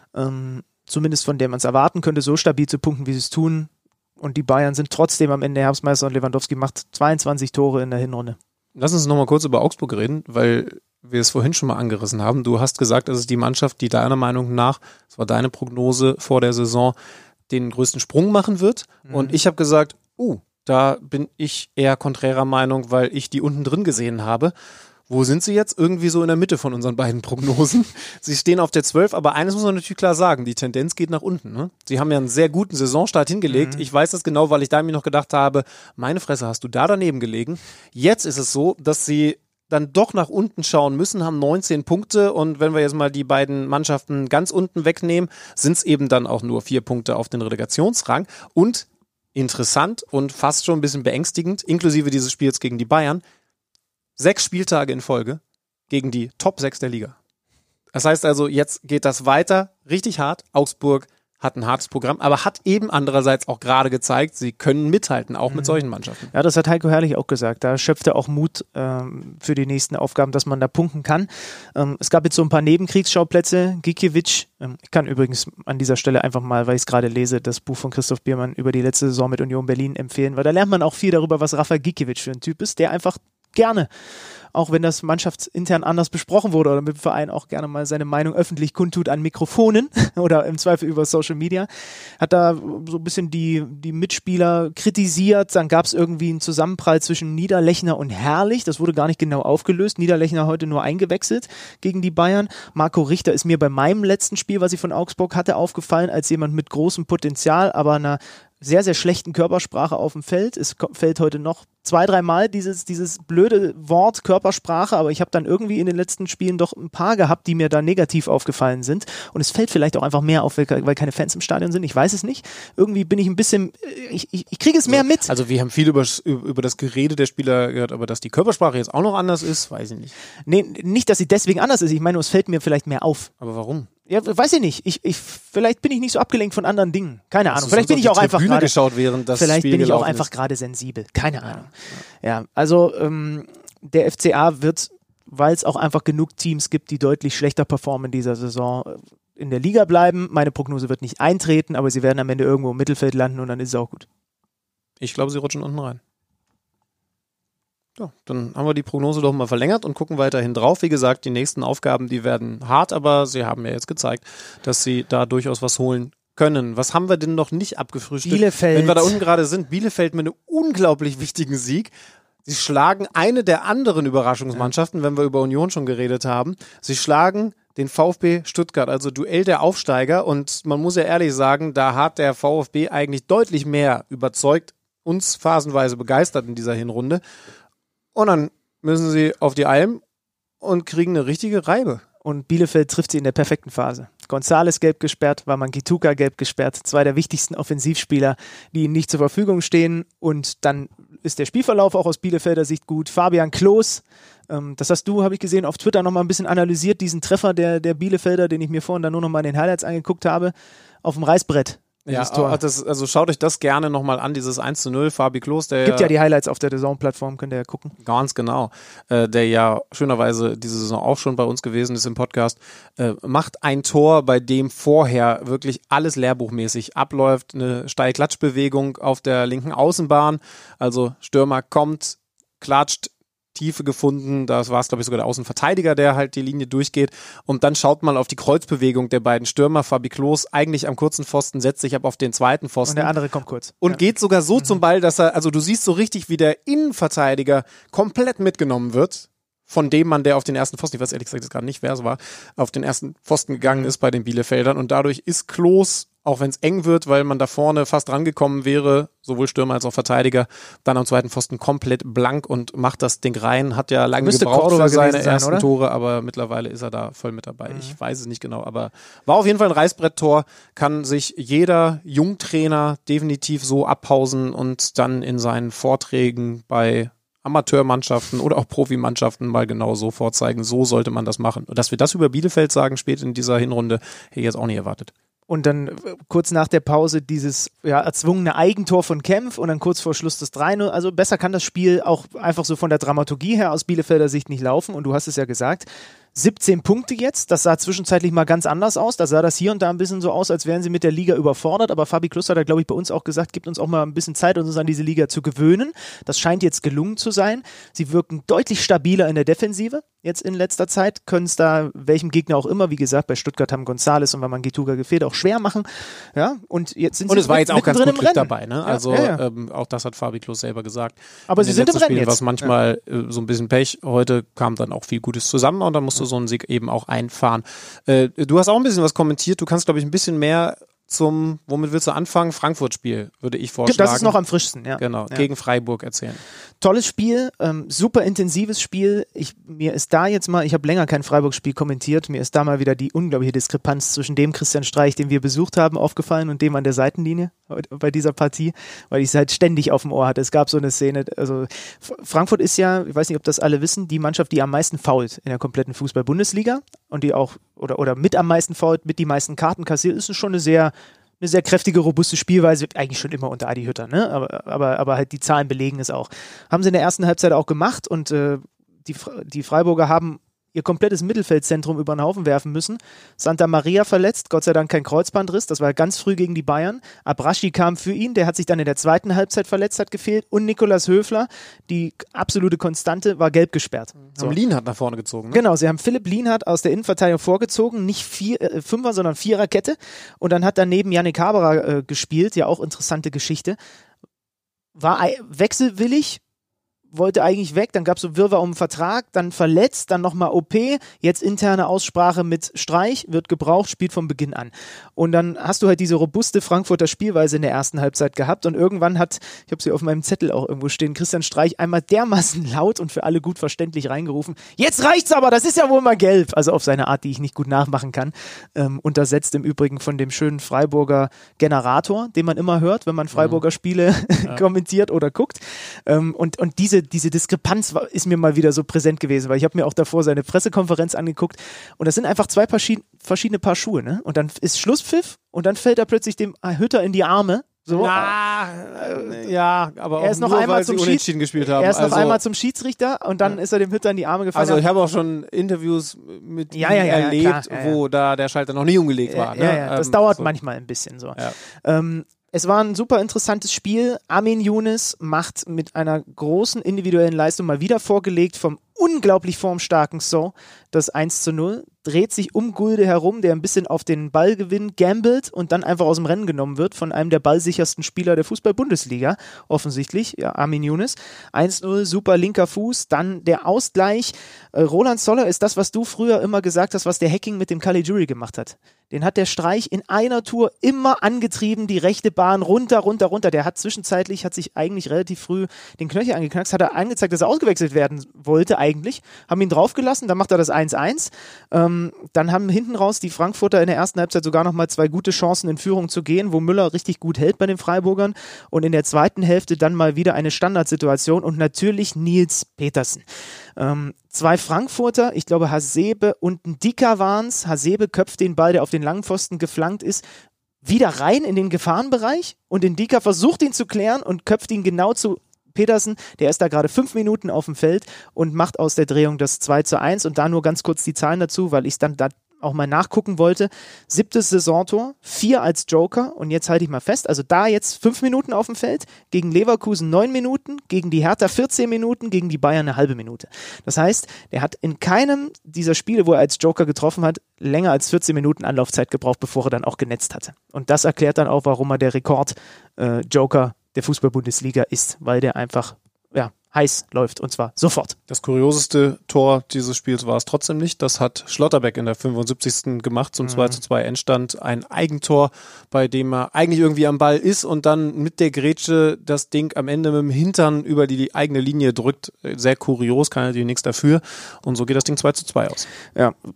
zumindest von der man es erwarten könnte, so stabil zu punkten, wie sie es tun. Und die Bayern sind trotzdem am Ende Herbstmeister und Lewandowski macht 22 Tore in der Hinrunde. Lass uns nochmal kurz über Augsburg reden, weil wir es vorhin schon mal angerissen haben. Du hast gesagt, es ist die Mannschaft, die deiner Meinung nach, das war deine Prognose vor der Saison, den größten Sprung machen wird. Und ich habe gesagt, da bin ich eher konträrer Meinung, weil ich die unten drin gesehen habe. Wo sind sie jetzt? Irgendwie so in der Mitte von unseren beiden Prognosen. Sie stehen auf der 12, aber eines muss man natürlich klar sagen, die Tendenz geht nach unten. Ne? Sie haben ja einen sehr guten Saisonstart hingelegt. Ich weiß das genau, weil ich da mir noch gedacht habe, meine Fresse, hast du da daneben gelegen? Jetzt ist es so, dass sie dann doch nach unten schauen müssen, haben 19 Punkte und wenn wir jetzt mal die beiden Mannschaften ganz unten wegnehmen, sind es eben dann auch nur 4 Punkte auf den Relegationsrang und interessant und fast schon ein bisschen beängstigend, inklusive dieses Spiels gegen die Bayern, 6 Spieltage in Folge gegen die Top 6 der Liga. Das heißt also, jetzt geht das weiter, richtig hart. Augsburg hat ein hartes Programm, aber hat eben andererseits auch gerade gezeigt, sie können mithalten, auch mit solchen Mannschaften. Ja, das hat Heiko Herrlich auch gesagt. Da schöpft er auch Mut für die nächsten Aufgaben, dass man da punkten kann. Es gab jetzt so ein paar Nebenkriegsschauplätze. Gikiewicz, ich kann übrigens an dieser Stelle einfach mal, weil ich es gerade lese, das Buch von Christoph Biermann über die letzte Saison mit Union Berlin empfehlen, weil da lernt man auch viel darüber, was Rafa Gikiewicz für ein Typ ist, der einfach gerne, auch wenn das mannschaftsintern anders besprochen wurde oder mit dem Verein auch gerne mal seine Meinung öffentlich kundtut an Mikrofonen oder im Zweifel über Social Media, hat da so ein bisschen die Mitspieler kritisiert. Dann gab es irgendwie einen Zusammenprall zwischen Niederlechner und Herrlich. Das wurde gar nicht genau aufgelöst. Niederlechner heute nur eingewechselt gegen die Bayern. Marco Richter ist mir bei meinem letzten Spiel, was ich von Augsburg hatte, aufgefallen als jemand mit großem Potenzial, aber einer sehr, sehr schlechten Körpersprache auf dem Feld. Es fällt heute noch 2-3 Mal dieses blöde Wort Körpersprache, aber ich habe dann irgendwie in den letzten Spielen doch ein paar gehabt, die mir da negativ aufgefallen sind. Und es fällt vielleicht auch einfach mehr auf, weil keine Fans im Stadion sind. Ich weiß es nicht. Irgendwie bin ich ein bisschen, ich kriege es mehr mit. Also wir haben viel über das Gerede der Spieler gehört, aber dass die Körpersprache jetzt auch noch anders ist, weiß ich nicht. Nee, nicht, dass sie deswegen anders ist. Ich meine, es fällt mir vielleicht mehr auf. Aber warum? Ja, weiß ich nicht. Vielleicht bin ich nicht so abgelenkt von anderen Dingen. Keine Ahnung. Vielleicht bin ich auch einfach gerade geschaut, während das vielleicht Spiel bin ich auch gelaufen einfach ist. gerade sensibel. Keine Ahnung. Ja, also der FCA wird, weil es auch einfach genug Teams gibt, die deutlich schlechter performen in dieser Saison, in der Liga bleiben. Meine Prognose wird nicht eintreten, aber sie werden am Ende irgendwo im Mittelfeld landen und dann ist es auch gut. Ich glaube, sie rutschen unten rein. Ja, dann haben wir die Prognose doch mal verlängert und gucken weiterhin drauf. Wie gesagt, die nächsten Aufgaben, die werden hart, aber sie haben ja jetzt gezeigt, dass sie da durchaus was holen können. Was haben wir denn noch nicht abgefrühstückt? Bielefeld. Wenn wir da unten gerade sind, Bielefeld mit einem unglaublich wichtigen Sieg. Sie schlagen eine der anderen Überraschungsmannschaften, wenn wir über Union schon geredet haben. Sie schlagen den VfB Stuttgart, also Duell der Aufsteiger. Und man muss ja ehrlich sagen, da hat der VfB eigentlich deutlich mehr überzeugt, uns phasenweise begeistert in dieser Hinrunde. Und dann müssen sie auf die Alm und kriegen eine richtige Reibe. Und Bielefeld trifft sie in der perfekten Phase. González gelb gesperrt, Wamangituka gelb gesperrt. 2 der wichtigsten Offensivspieler, die ihnen nicht zur Verfügung stehen. Und dann ist der Spielverlauf auch aus Bielefelder Sicht gut. Fabian Klos, das hast du, habe ich gesehen, auf Twitter nochmal ein bisschen analysiert, diesen Treffer der Bielefelder, den ich mir vorhin dann nur nochmal in den Highlights angeguckt habe, auf dem Reißbrett. Ja, also schaut euch das gerne nochmal an, dieses 1:0, Fabi Klos, der gibt ja die Highlights auf der DAZN-Plattform, könnt ihr ja gucken. Ganz genau, der ja schönerweise diese Saison auch schon bei uns gewesen ist im Podcast, macht ein Tor, bei dem vorher wirklich alles lehrbuchmäßig abläuft, eine Steil-Klatsch-Bewegung auf der linken Außenbahn, also Stürmer kommt, klatscht, Tiefe gefunden, das war es glaube ich sogar der Außenverteidiger, der halt die Linie durchgeht und dann schaut man auf die Kreuzbewegung der beiden Stürmer, Fabi Klos eigentlich am kurzen Pfosten, setzt sich ab auf den zweiten Pfosten. Und der andere kommt kurz. Und geht sogar so zum Ball, dass also du siehst so richtig, wie der Innenverteidiger komplett mitgenommen wird, von dem Mann, der auf den ersten Pfosten, ich weiß ehrlich gesagt jetzt gerade nicht, wer es war, auf den ersten Pfosten gegangen ist bei den Bielefeldern und dadurch ist Klos, auch wenn es eng wird, weil man da vorne fast rangekommen wäre, sowohl Stürmer als auch Verteidiger, dann am zweiten Pfosten komplett blank und macht das Ding rein, hat ja lange gebraucht für seine ersten Tore, aber mittlerweile ist er da voll mit dabei. Ich weiß es nicht genau, aber war auf jeden Fall ein Reißbretttor, kann sich jeder Jungtrainer definitiv so abpausen und dann in seinen Vorträgen bei Amateurmannschaften oder auch Profimannschaften mal genau so vorzeigen, so sollte man das machen. Und dass wir das über Bielefeld sagen, spät in dieser Hinrunde, hätte ich jetzt auch nicht erwartet. Und dann kurz nach der Pause dieses erzwungene Eigentor von Kempf und dann kurz vor Schluss das 3-0. Also besser kann das Spiel auch einfach so von der Dramaturgie her aus Bielefelder Sicht nicht laufen. Und du hast es ja gesagt, 17 Punkte jetzt, das sah zwischenzeitlich mal ganz anders aus, da sah das hier und da ein bisschen so aus, als wären sie mit der Liga überfordert, aber Fabi Klus hat da, glaube ich, bei uns auch gesagt, gibt uns auch mal ein bisschen Zeit, uns an diese Liga zu gewöhnen. Das scheint jetzt gelungen zu sein. Sie wirken deutlich stabiler in der Defensive, jetzt in letzter Zeit, können es da welchem Gegner auch immer, wie gesagt, bei Stuttgart haben González und Wamangituka gefehlt, auch schwer machen. Ja, und jetzt sind und sie es war jetzt auch ganz gut Glück dabei, ne? Ja, also auch das hat Fabi Klus selber gesagt. Aber sie sind im Rennen jetzt. Was manchmal so ein bisschen Pech, heute kam dann auch viel Gutes zusammen und dann musste so ein Sieg eben auch einfahren. Du hast auch ein bisschen was kommentiert, du kannst, glaube ich, ein bisschen mehr womit willst du anfangen? Frankfurt-Spiel, würde ich vorschlagen. Das ist noch am frischsten, ja. Genau, gegen Freiburg erzählen. Tolles Spiel, super intensives Spiel. Mir ist da jetzt mal, ich habe länger kein Freiburg-Spiel kommentiert, mir ist da mal wieder die unglaubliche Diskrepanz zwischen dem Christian Streich, den wir besucht haben, aufgefallen und dem an der Seitenlinie bei dieser Partie, weil ich es halt ständig auf dem Ohr hatte. Es gab so eine Szene, also Frankfurt ist ja, ich weiß nicht, ob das alle wissen, die Mannschaft, die am meisten foult in der kompletten Fußball-Bundesliga und die auch, oder mit am meisten foult, mit die meisten Karten kassiert, ist schon eine sehr kräftige, robuste Spielweise, eigentlich schon immer unter Adi Hütter, ne? Aber halt die Zahlen belegen es auch. Haben sie in der ersten Halbzeit auch gemacht und die Freiburger haben ihr komplettes Mittelfeldzentrum über den Haufen werfen müssen. Santa Maria verletzt, Gott sei Dank kein Kreuzbandriss, das war ganz früh gegen die Bayern. Abraschi kam für ihn, der hat sich dann in der zweiten Halbzeit verletzt, hat gefehlt. Und Nikolas Höfler, die absolute Konstante, war gelb gesperrt. Haben Lienhardt nach vorne gezogen. Ne? Genau, sie haben Philipp Lienhardt aus der Innenverteidigung vorgezogen, nicht Fünfer, sondern Viererkette. Und dann hat daneben Yannick Haberer gespielt, ja auch interessante Geschichte. War wechselwillig, wollte eigentlich weg, dann gab es so Wirrwarr um den Vertrag, dann verletzt, dann nochmal OP, jetzt interne Aussprache mit Streich, wird gebraucht, spielt von Beginn an. Und dann hast du halt diese robuste Frankfurter Spielweise in der ersten Halbzeit gehabt und irgendwann ich habe sie auf meinem Zettel auch irgendwo stehen, Christian Streich einmal dermaßen laut und für alle gut verständlich reingerufen, jetzt reicht's aber, das ist ja wohl mal gelb, also auf seine Art, die ich nicht gut nachmachen kann, untersetzt im Übrigen von dem schönen Freiburger Generator, den man immer hört, wenn man Freiburger Spiele kommentiert oder guckt, und diese Diskrepanz ist mir mal wieder so präsent gewesen, weil ich habe mir auch davor seine Pressekonferenz angeguckt und das sind einfach zwei verschiedene Paar Schuhe, ne? Und dann ist Schlusspfiff und dann fällt er plötzlich dem Hütter in die Arme. So, ja, aber er ist auch noch nur, einmal weil sie unentschieden gespielt haben. Er ist noch einmal zum Schiedsrichter und dann ist er dem Hütter in die Arme gefallen. Also ich habe auch schon Interviews mit ihm erlebt, wo da der Schalter noch nie umgelegt war. Ne? Ja, das dauert manchmal ein bisschen so. Ja. Es war ein super interessantes Spiel. Amin Younes macht mit einer großen individuellen Leistung mal wieder vorgelegt vom unglaublich formstarken So das 1:0, dreht sich um Gulde herum, der ein bisschen auf den Ballgewinn gambelt und dann einfach aus dem Rennen genommen wird von einem der ballsichersten Spieler der Fußball-Bundesliga, offensichtlich, ja, Amin Younes. 1:0, super linker Fuß, dann der Ausgleich. Roland Zoller ist das, was du früher immer gesagt hast, was der Hacking mit dem Caligiuri gemacht hat. Den hat der Streich in einer Tour immer angetrieben, die rechte Bahn runter. Der hat zwischenzeitlich, sich eigentlich relativ früh den Knöchel angeknackst, hat er angezeigt, dass er ausgewechselt werden wollte eigentlich, haben ihn draufgelassen, dann macht er das 1:1. Dann haben hinten raus die Frankfurter in der ersten Halbzeit sogar nochmal 2 gute Chancen in Führung zu gehen, wo Müller richtig gut hält bei den Freiburgern und in der zweiten Hälfte dann mal wieder eine Standardsituation und natürlich Nils Petersen. 2 Frankfurter, ich glaube Hasebe und Ndicka waren es. Hasebe köpft den Ball, der auf den langen Pfosten geflankt ist, wieder rein in den Gefahrenbereich und Ndicka versucht ihn zu klären und köpft ihn genau zu Petersen, der ist da gerade 5 Minuten auf dem Feld und macht aus der Drehung das 2:1 und da nur ganz kurz die Zahlen dazu, weil ich es dann da auch mal nachgucken wollte. 7. Saisontor, 4 als Joker und jetzt halte ich mal fest, also da jetzt 5 Minuten auf dem Feld, gegen Leverkusen 9 Minuten, gegen die Hertha 14 Minuten, gegen die Bayern eine halbe Minute. Das heißt, der hat in keinem dieser Spiele, wo er als Joker getroffen hat, länger als 14 Minuten Anlaufzeit gebraucht, bevor er dann auch genetzt hatte. Und das erklärt dann auch, warum er der Rekord-Joker der Fußball-Bundesliga ist, weil der einfach heiß läuft und zwar sofort. Das kurioseste Tor dieses Spiels war es trotzdem nicht. Das hat Schlotterbeck in der 75. gemacht zum 2:2 Endstand. Ein Eigentor, bei dem er eigentlich irgendwie am Ball ist und dann mit der Grätsche das Ding am Ende mit dem Hintern über die eigene Linie drückt. Sehr kurios, kann natürlich nichts dafür. Und so geht das Ding 2:2 aus. Ja,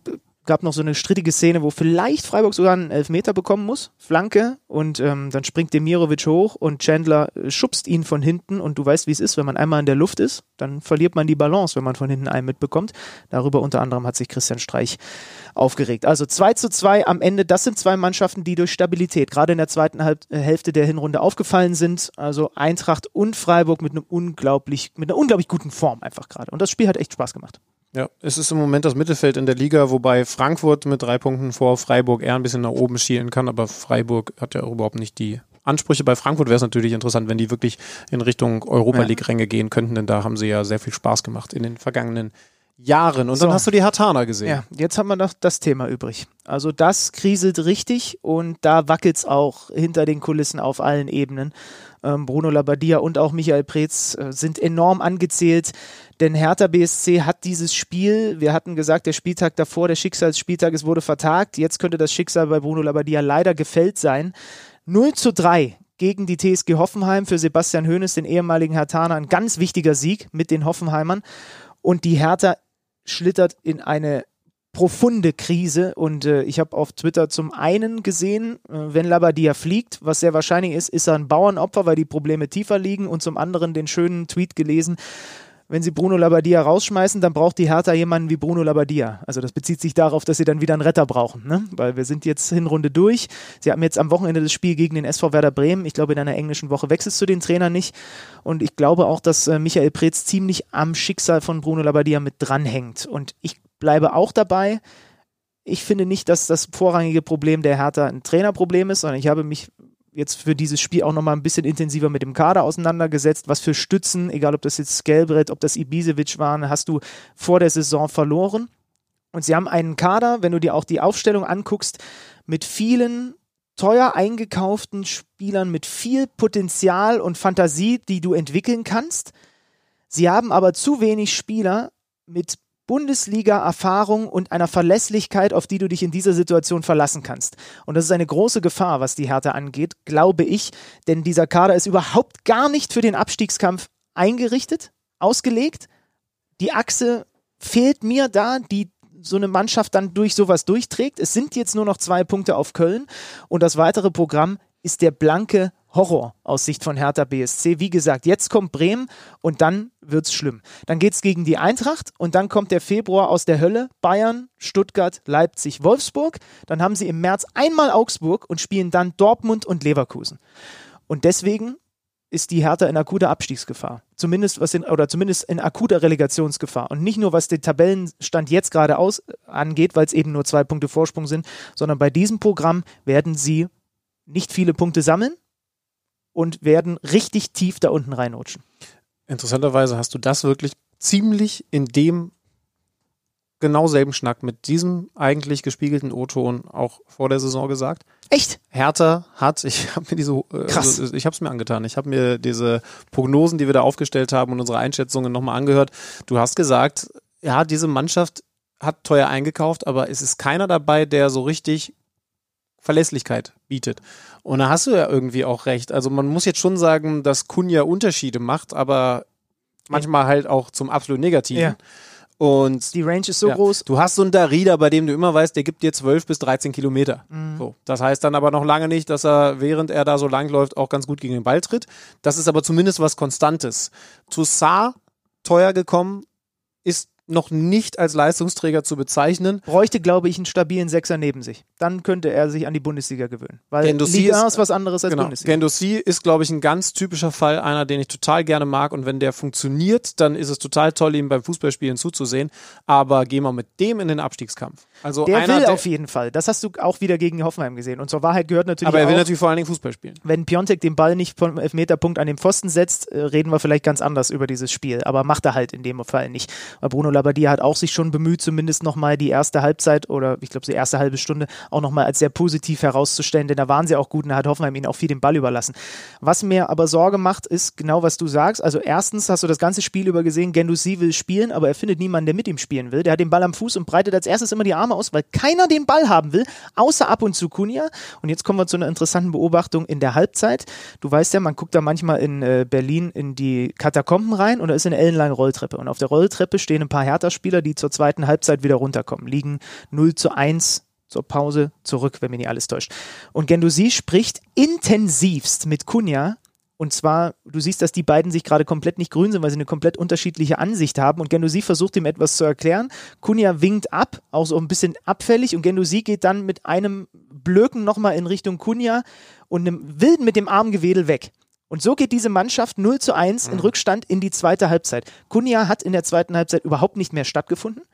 Gab noch so eine strittige Szene, wo vielleicht Freiburg sogar einen Elfmeter bekommen muss, Flanke, und dann springt Demirovic hoch und Chandler schubst ihn von hinten und du weißt, wie es ist, wenn man einmal in der Luft ist, dann verliert man die Balance, wenn man von hinten einen mitbekommt. Darüber unter anderem hat sich Christian Streich aufgeregt. Also 2:2 am Ende, das sind zwei Mannschaften, die durch Stabilität gerade in der zweiten Hälfte der Hinrunde aufgefallen sind, also Eintracht und Freiburg mit einer unglaublich guten Form einfach gerade. Und das Spiel hat echt Spaß gemacht. Ja, es ist im Moment das Mittelfeld in der Liga, wobei Frankfurt mit 3 Punkten vor Freiburg eher ein bisschen nach oben schielen kann, aber Freiburg hat ja auch überhaupt nicht die Ansprüche. Bei Frankfurt wäre es natürlich interessant, wenn die wirklich in Richtung Europa-League-Ränge gehen könnten, denn da haben sie ja sehr viel Spaß gemacht in den vergangenen Jahren. Und dann hast du die Herthaner gesehen. Ja, jetzt haben wir noch das Thema übrig. Also das kriselt richtig und da wackelt es auch hinter den Kulissen auf allen Ebenen. Bruno Labbadia und auch Michael Preetz sind enorm angezählt, denn Hertha BSC hat dieses Spiel, wir hatten gesagt, der Spieltag davor, der Schicksalsspieltag, es wurde vertagt, jetzt könnte das Schicksal bei Bruno Labbadia leider gefällt sein. 0:3 gegen die TSG Hoffenheim, für Sebastian Hoeneß, den ehemaligen Herthaner, ein ganz wichtiger Sieg mit den Hoffenheimern und die Hertha schlittert in eine profunde Krise und ich habe auf Twitter zum einen gesehen, wenn Labbadia fliegt, was sehr wahrscheinlich ist er ein Bauernopfer, weil die Probleme tiefer liegen und zum anderen den schönen Tweet gelesen, wenn sie Bruno Labbadia rausschmeißen, dann braucht die Hertha jemanden wie Bruno Labbadia. Also das bezieht sich darauf, dass sie dann wieder einen Retter brauchen, ne? Weil wir sind jetzt Hinrunde durch. Sie haben jetzt am Wochenende das Spiel gegen den SV Werder Bremen. Ich glaube, in einer englischen Woche wechselst du den Trainer nicht. Und ich glaube auch, dass Michael Preetz ziemlich am Schicksal von Bruno Labbadia mit dranhängt. Und ich bleibe auch dabei. Ich finde nicht, dass das vorrangige Problem der Hertha ein Trainerproblem ist, sondern ich habe mich jetzt für dieses Spiel auch nochmal ein bisschen intensiver mit dem Kader auseinandergesetzt. Was für Stützen, egal ob das jetzt Skelbrett, ob das Ibisevic waren, hast du vor der Saison verloren. Und sie haben einen Kader, wenn du dir auch die Aufstellung anguckst, mit vielen teuer eingekauften Spielern, mit viel Potenzial und Fantasie, die du entwickeln kannst. Sie haben aber zu wenig Spieler mit Bundesliga-Erfahrung und einer Verlässlichkeit, auf die du dich in dieser Situation verlassen kannst. Und das ist eine große Gefahr, was die Hertha angeht, glaube ich, denn dieser Kader ist überhaupt gar nicht für den Abstiegskampf eingerichtet, ausgelegt. Die Achse fehlt mir da, die so eine Mannschaft dann durch sowas durchträgt. Es sind jetzt nur noch 2 Punkte auf Köln und das weitere Programm ist der blanke Horror aus Sicht von Hertha BSC. Wie gesagt, jetzt kommt Bremen und dann wird's schlimm. Dann geht's gegen die Eintracht und dann kommt der Februar aus der Hölle. Bayern, Stuttgart, Leipzig, Wolfsburg. Dann haben sie im März einmal Augsburg und spielen dann Dortmund und Leverkusen. Und deswegen ist die Hertha in akuter Abstiegsgefahr. Zumindest in akuter Relegationsgefahr. Und nicht nur, was den Tabellenstand jetzt gerade angeht, weil es eben nur 2 Punkte Vorsprung sind, sondern bei diesem Programm werden sie nicht viele Punkte sammeln und werden richtig tief da unten reinrutschen. Interessanterweise hast du das wirklich ziemlich in dem genau selben Schnack mit diesem eigentlich gespiegelten O-Ton auch vor der Saison gesagt. Echt? Hertha hat, ich habe mir Krass. Ich habe es mir angetan. Ich habe mir diese Prognosen, die wir da aufgestellt haben und unsere Einschätzungen nochmal angehört. Du hast gesagt, ja, diese Mannschaft hat teuer eingekauft, aber es ist keiner dabei, der so richtig Verlässlichkeit bietet. Und da hast du ja irgendwie auch recht. Also man muss jetzt schon sagen, dass Cunha Unterschiede macht, aber manchmal halt auch zum absolut Negativen. Ja. Und die Range ist so groß. Du hast so einen Darida, bei dem du immer weißt, der gibt dir 12 bis 13 Kilometer. So. Das heißt dann aber noch lange nicht, dass er, während er da so lang läuft, auch ganz gut gegen den Ball tritt. Das ist aber zumindest was Konstantes. Toussaint, teuer gekommen, ist noch nicht als Leistungsträger zu bezeichnen. Bräuchte, glaube ich, einen stabilen Sechser neben sich. Dann könnte er sich an die Bundesliga gewöhnen. Weil Liga ist was anderes als Bundesliga. Guendouzi ist, glaube ich, ein ganz typischer Fall, einer, den ich total gerne mag. Und wenn der funktioniert, dann ist es total toll, ihm beim Fußballspielen zuzusehen. Aber gehen wir mit dem in den Abstiegskampf. Also der will auf jeden Fall. Das hast du auch wieder gegen Hoffenheim gesehen. Und zur Wahrheit gehört natürlich auch... Aber er will natürlich vor allen Dingen Fußball spielen. Wenn Piontek den Ball nicht vom Elfmeterpunkt an den Pfosten setzt, reden wir vielleicht ganz anders über dieses Spiel. Aber macht er halt in dem Fall nicht. Weil Bruno Labbadia hat auch sich schon bemüht, zumindest nochmal die erste Halbzeit oder ich glaube die erste halbe Stunde auch nochmal als sehr positiv herauszustellen, denn da waren sie auch gut und da hat Hoffenheim ihnen auch viel den Ball überlassen. Was mir aber Sorge macht, ist genau, was du sagst. Also erstens hast du das ganze Spiel über gesehen, Guendouzi will spielen, aber er findet niemanden, der mit ihm spielen will. Der hat den Ball am Fuß und breitet als erstes immer die Arme aus, weil keiner den Ball haben will, außer ab und zu Cunha. Und jetzt kommen wir zu einer interessanten Beobachtung in der Halbzeit. Du weißt ja, man guckt da manchmal in Berlin in die Katakomben rein und da ist eine ellenlange Rolltreppe. Und auf der Rolltreppe stehen ein paar Hertha-Spieler, die zur zweiten Halbzeit wieder runterkommen, liegen 0:1 zur Pause zurück, wenn mir nicht alles täuscht. Und Guendouzi spricht intensivst mit Cunha. Und zwar, du siehst, dass die beiden sich gerade komplett nicht grün sind, weil sie eine komplett unterschiedliche Ansicht haben. Und Guendouzi versucht ihm etwas zu erklären. Cunha winkt ab, auch so ein bisschen abfällig. Und Guendouzi geht dann mit einem Blöken nochmal in Richtung Cunha und einem wilden mit dem Armgewedel weg. Und so geht diese Mannschaft 0:1 in Rückstand in die zweite Halbzeit. Cunha hat in der zweiten Halbzeit überhaupt nicht mehr stattgefunden.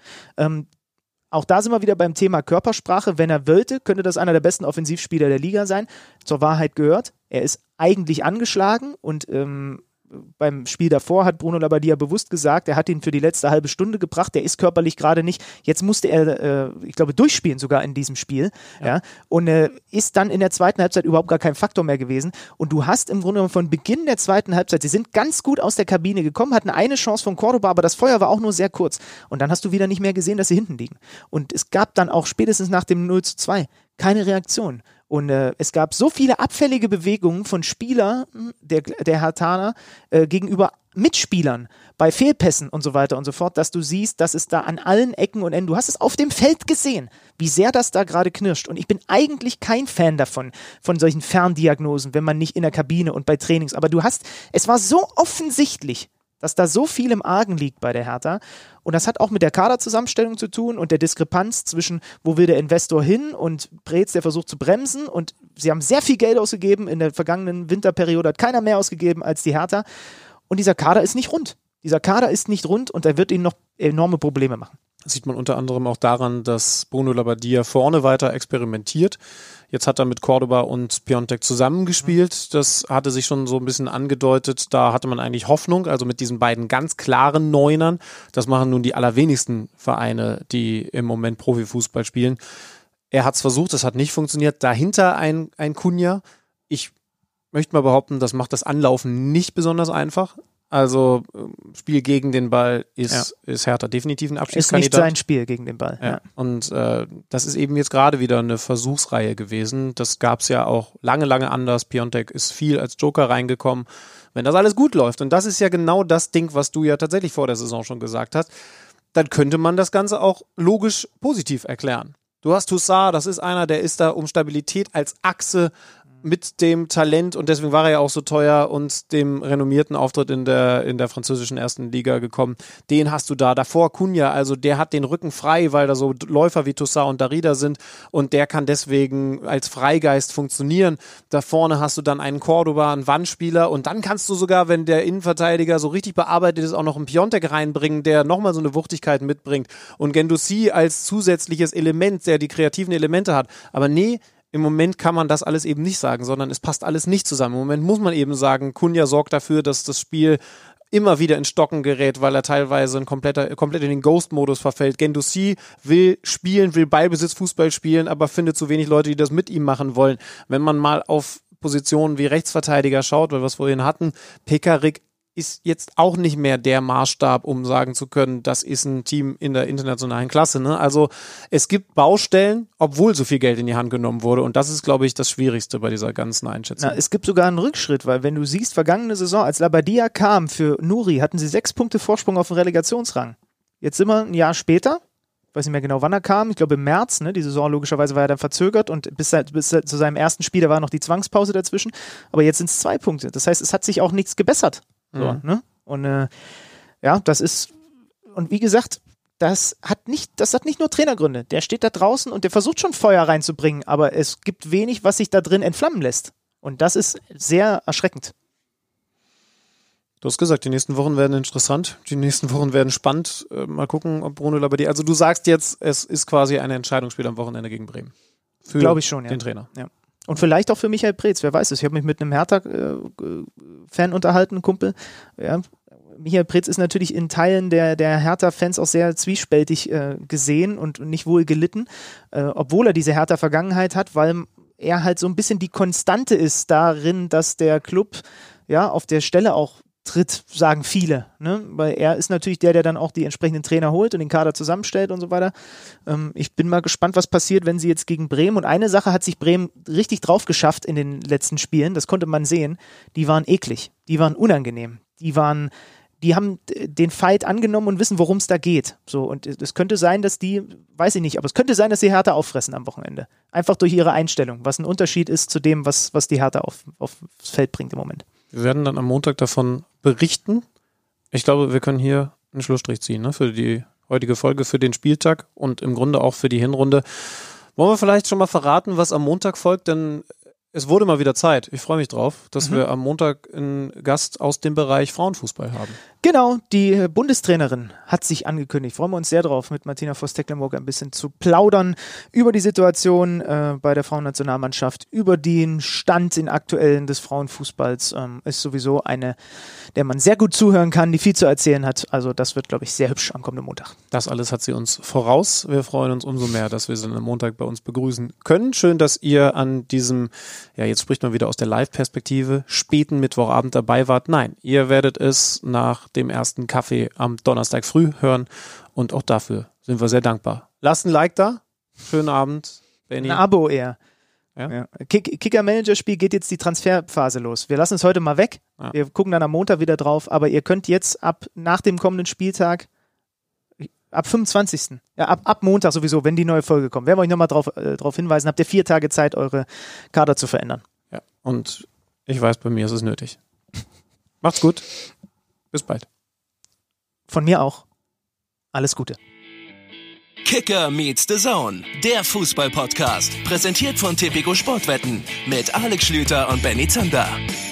Auch da sind wir wieder beim Thema Körpersprache. Wenn er wollte, könnte das einer der besten Offensivspieler der Liga sein. Zur Wahrheit gehört, er ist eigentlich angeschlagen und beim Spiel davor hat Bruno Labbadia bewusst gesagt, er hat ihn für die letzte halbe Stunde gebracht, der ist körperlich gerade nicht. Jetzt musste er, ich glaube, durchspielen sogar in diesem Spiel. Ja. Und ist dann in der zweiten Halbzeit überhaupt gar kein Faktor mehr gewesen. Und du hast im Grunde genommen von Beginn der zweiten Halbzeit, sie sind ganz gut aus der Kabine gekommen, hatten eine Chance von Cordoba, aber das Feuer war auch nur sehr kurz. Und dann hast du wieder nicht mehr gesehen, dass sie hinten liegen. Und es gab dann auch spätestens nach dem 0:2 keine Reaktion. Und es gab so viele abfällige Bewegungen von Spielern der Herthaner gegenüber Mitspielern bei Fehlpässen und so weiter und so fort, dass du siehst, dass es da an allen Ecken und Enden, du hast es auf dem Feld gesehen, wie sehr das da gerade knirscht. Und ich bin eigentlich kein Fan davon, von solchen Ferndiagnosen, wenn man nicht in der Kabine und bei Trainings, aber es war so offensichtlich, dass da so viel im Argen liegt bei der Hertha. Und das hat auch mit der Kaderzusammenstellung zu tun und der Diskrepanz zwischen, wo will der Investor hin und Preetz, der versucht zu bremsen. Und sie haben sehr viel Geld ausgegeben. In der vergangenen Winterperiode hat keiner mehr ausgegeben als die Hertha. Und dieser Kader ist nicht rund. Und er wird ihnen noch enorme Probleme machen. Das sieht man unter anderem auch daran, dass Bruno Labbadia vorne weiter experimentiert. Jetzt hat er mit Cordoba und Piontek zusammengespielt. Das hatte sich schon so ein bisschen angedeutet. Da hatte man eigentlich Hoffnung, also mit diesen beiden ganz klaren Neunern. Das machen nun die allerwenigsten Vereine, die im Moment Profifußball spielen. Er hat es versucht, das hat nicht funktioniert. Dahinter ein Cunha. Ich möchte mal behaupten, das macht das Anlaufen nicht besonders einfach. Also Spiel gegen den Ball ist Hertha definitiv ein Abstiegskandidat. Ist nicht sein Spiel gegen den Ball. Ja. Und das ist eben jetzt gerade wieder eine Versuchsreihe gewesen. Das gab es ja auch lange anders. Piontek ist viel als Joker reingekommen. Wenn das alles gut läuft, und das ist ja genau das Ding, was du ja tatsächlich vor der Saison schon gesagt hast, dann könnte man das Ganze auch logisch positiv erklären. Du hast Toussaint, das ist einer, der ist da um Stabilität als Achse mit dem Talent, und deswegen war er ja auch so teuer, und dem renommierten Auftritt in der französischen ersten Liga gekommen. Den hast du da. Davor Cunha, also der hat den Rücken frei, weil da so Läufer wie Toussaint und Darida sind, und der kann deswegen als Freigeist funktionieren. Da vorne hast du dann einen Cordoba, einen Wandspieler, und dann kannst du sogar, wenn der Innenverteidiger so richtig bearbeitet ist, auch noch einen Piontek reinbringen, der nochmal so eine Wuchtigkeit mitbringt, und Guendouzi als zusätzliches Element, der die kreativen Elemente hat. Aber nee, im Moment kann man das alles eben nicht sagen, sondern es passt alles nicht zusammen. Im Moment muss man eben sagen, Cunha sorgt dafür, dass das Spiel immer wieder ins Stocken gerät, weil er teilweise komplett in den Ghost-Modus verfällt. Guendouzi will spielen, will Ballbesitz-Fußball spielen, aber findet zu wenig Leute, die das mit ihm machen wollen. Wenn man mal auf Positionen wie Rechtsverteidiger schaut, weil wir es vorhin hatten, Pekarik ist jetzt auch nicht mehr der Maßstab, um sagen zu können, das ist ein Team in der internationalen Klasse. Ne? Also es gibt Baustellen, obwohl so viel Geld in die Hand genommen wurde, und das ist, glaube ich, das Schwierigste bei dieser ganzen Einschätzung. Es gibt sogar einen Rückschritt, weil wenn du siehst, vergangene Saison, als Labbadia kam für Nuri, hatten sie 6 Punkte Vorsprung auf den Relegationsrang. Jetzt sind wir ein Jahr später, ich weiß nicht mehr genau, wann er kam, ich glaube im März, ne? Die Saison logischerweise war ja dann verzögert, und bis zu seinem ersten Spiel, da war noch die Zwangspause dazwischen, aber jetzt sind es 2 Punkte. Das heißt, es hat sich auch nichts gebessert. So, ne? Und das ist, und wie gesagt, das hat nicht nur Trainergründe. Der steht da draußen und der versucht schon Feuer reinzubringen, aber es gibt wenig, was sich da drin entflammen lässt. Und das ist sehr erschreckend. Du hast gesagt, die nächsten Wochen werden interessant, die nächsten Wochen werden spannend. Mal gucken, ob Bruno Labbadia, also du sagst jetzt, es ist quasi ein Entscheidungsspiel am Wochenende gegen Bremen. Glaube ich schon, ja. Den Trainer. Ja. Und vielleicht auch für Michael Preetz, wer weiß es. Ich habe mich mit einem Hertha-Fan unterhalten, Kumpel. Ja, Michael Preetz ist natürlich in Teilen der Hertha-Fans auch sehr zwiespältig gesehen und nicht wohl gelitten, obwohl er diese Hertha-Vergangenheit hat, weil er halt so ein bisschen die Konstante ist darin, dass der Club ja auf der Stelle auch tritt, sagen viele, ne? Weil er ist natürlich der dann auch die entsprechenden Trainer holt und den Kader zusammenstellt und so weiter. Ich bin mal gespannt, was passiert, wenn sie jetzt gegen Bremen, und eine Sache hat sich Bremen richtig drauf geschafft in den letzten Spielen, das konnte man sehen, die waren eklig, die waren unangenehm, die waren die haben den Fight angenommen und wissen, worum es da geht. So, und es könnte sein, dass die, weiß ich nicht, aber es könnte sein, dass die Hertha auffressen am Wochenende. Einfach durch ihre Einstellung, was ein Unterschied ist zu dem, was die Hertha aufs Feld bringt im Moment. Wir werden dann am Montag davon berichten. Ich glaube, wir können hier einen Schlussstrich ziehen, ne, für die heutige Folge, für den Spieltag und im Grunde auch für die Hinrunde. Wollen wir vielleicht schon mal verraten, was am Montag folgt, denn es wurde mal wieder Zeit. Ich freue mich drauf, dass wir am Montag einen Gast aus dem Bereich Frauenfußball haben. Genau, die Bundestrainerin hat sich angekündigt. Freuen wir uns sehr drauf, mit Martina Voss-Tecklenburg ein bisschen zu plaudern über die Situation bei der Frauennationalmannschaft, über den Stand in aktuellen des Frauenfußballs. Ist sowieso eine, der man sehr gut zuhören kann, die viel zu erzählen hat. Also das wird, glaube ich, sehr hübsch am kommenden Montag. Das alles hat sie uns voraus. Wir freuen uns umso mehr, dass wir sie am Montag bei uns begrüßen können. Schön, dass ihr an diesem, ja, jetzt spricht man wieder aus der Live-Perspektive, späten Mittwochabend dabei wart. Nein, ihr werdet es nach dem ersten Kaffee am Donnerstag früh hören und auch dafür sind wir sehr dankbar. Lasst ein Like da. Schönen Abend, Benni. Ein Abo eher. Ja? Ja. Kicker-Manager-Spiel geht jetzt die Transferphase los. Wir lassen es heute mal weg. Ja. Wir gucken dann am Montag wieder drauf, aber ihr könnt jetzt nach dem kommenden Spieltag, ab 25. Ja, ab Montag sowieso, wenn die neue Folge kommt, werden wir euch nochmal drauf hinweisen, habt ihr 4 Tage Zeit, eure Kader zu verändern. Ja, und ich weiß, bei mir ist es nötig. Macht's gut. Bis bald. Von mir auch. Alles Gute. Kicker meets the Zone, der Fußball-Podcast. Präsentiert von Tipico Sportwetten mit Alex Schlüter und Benny Zander.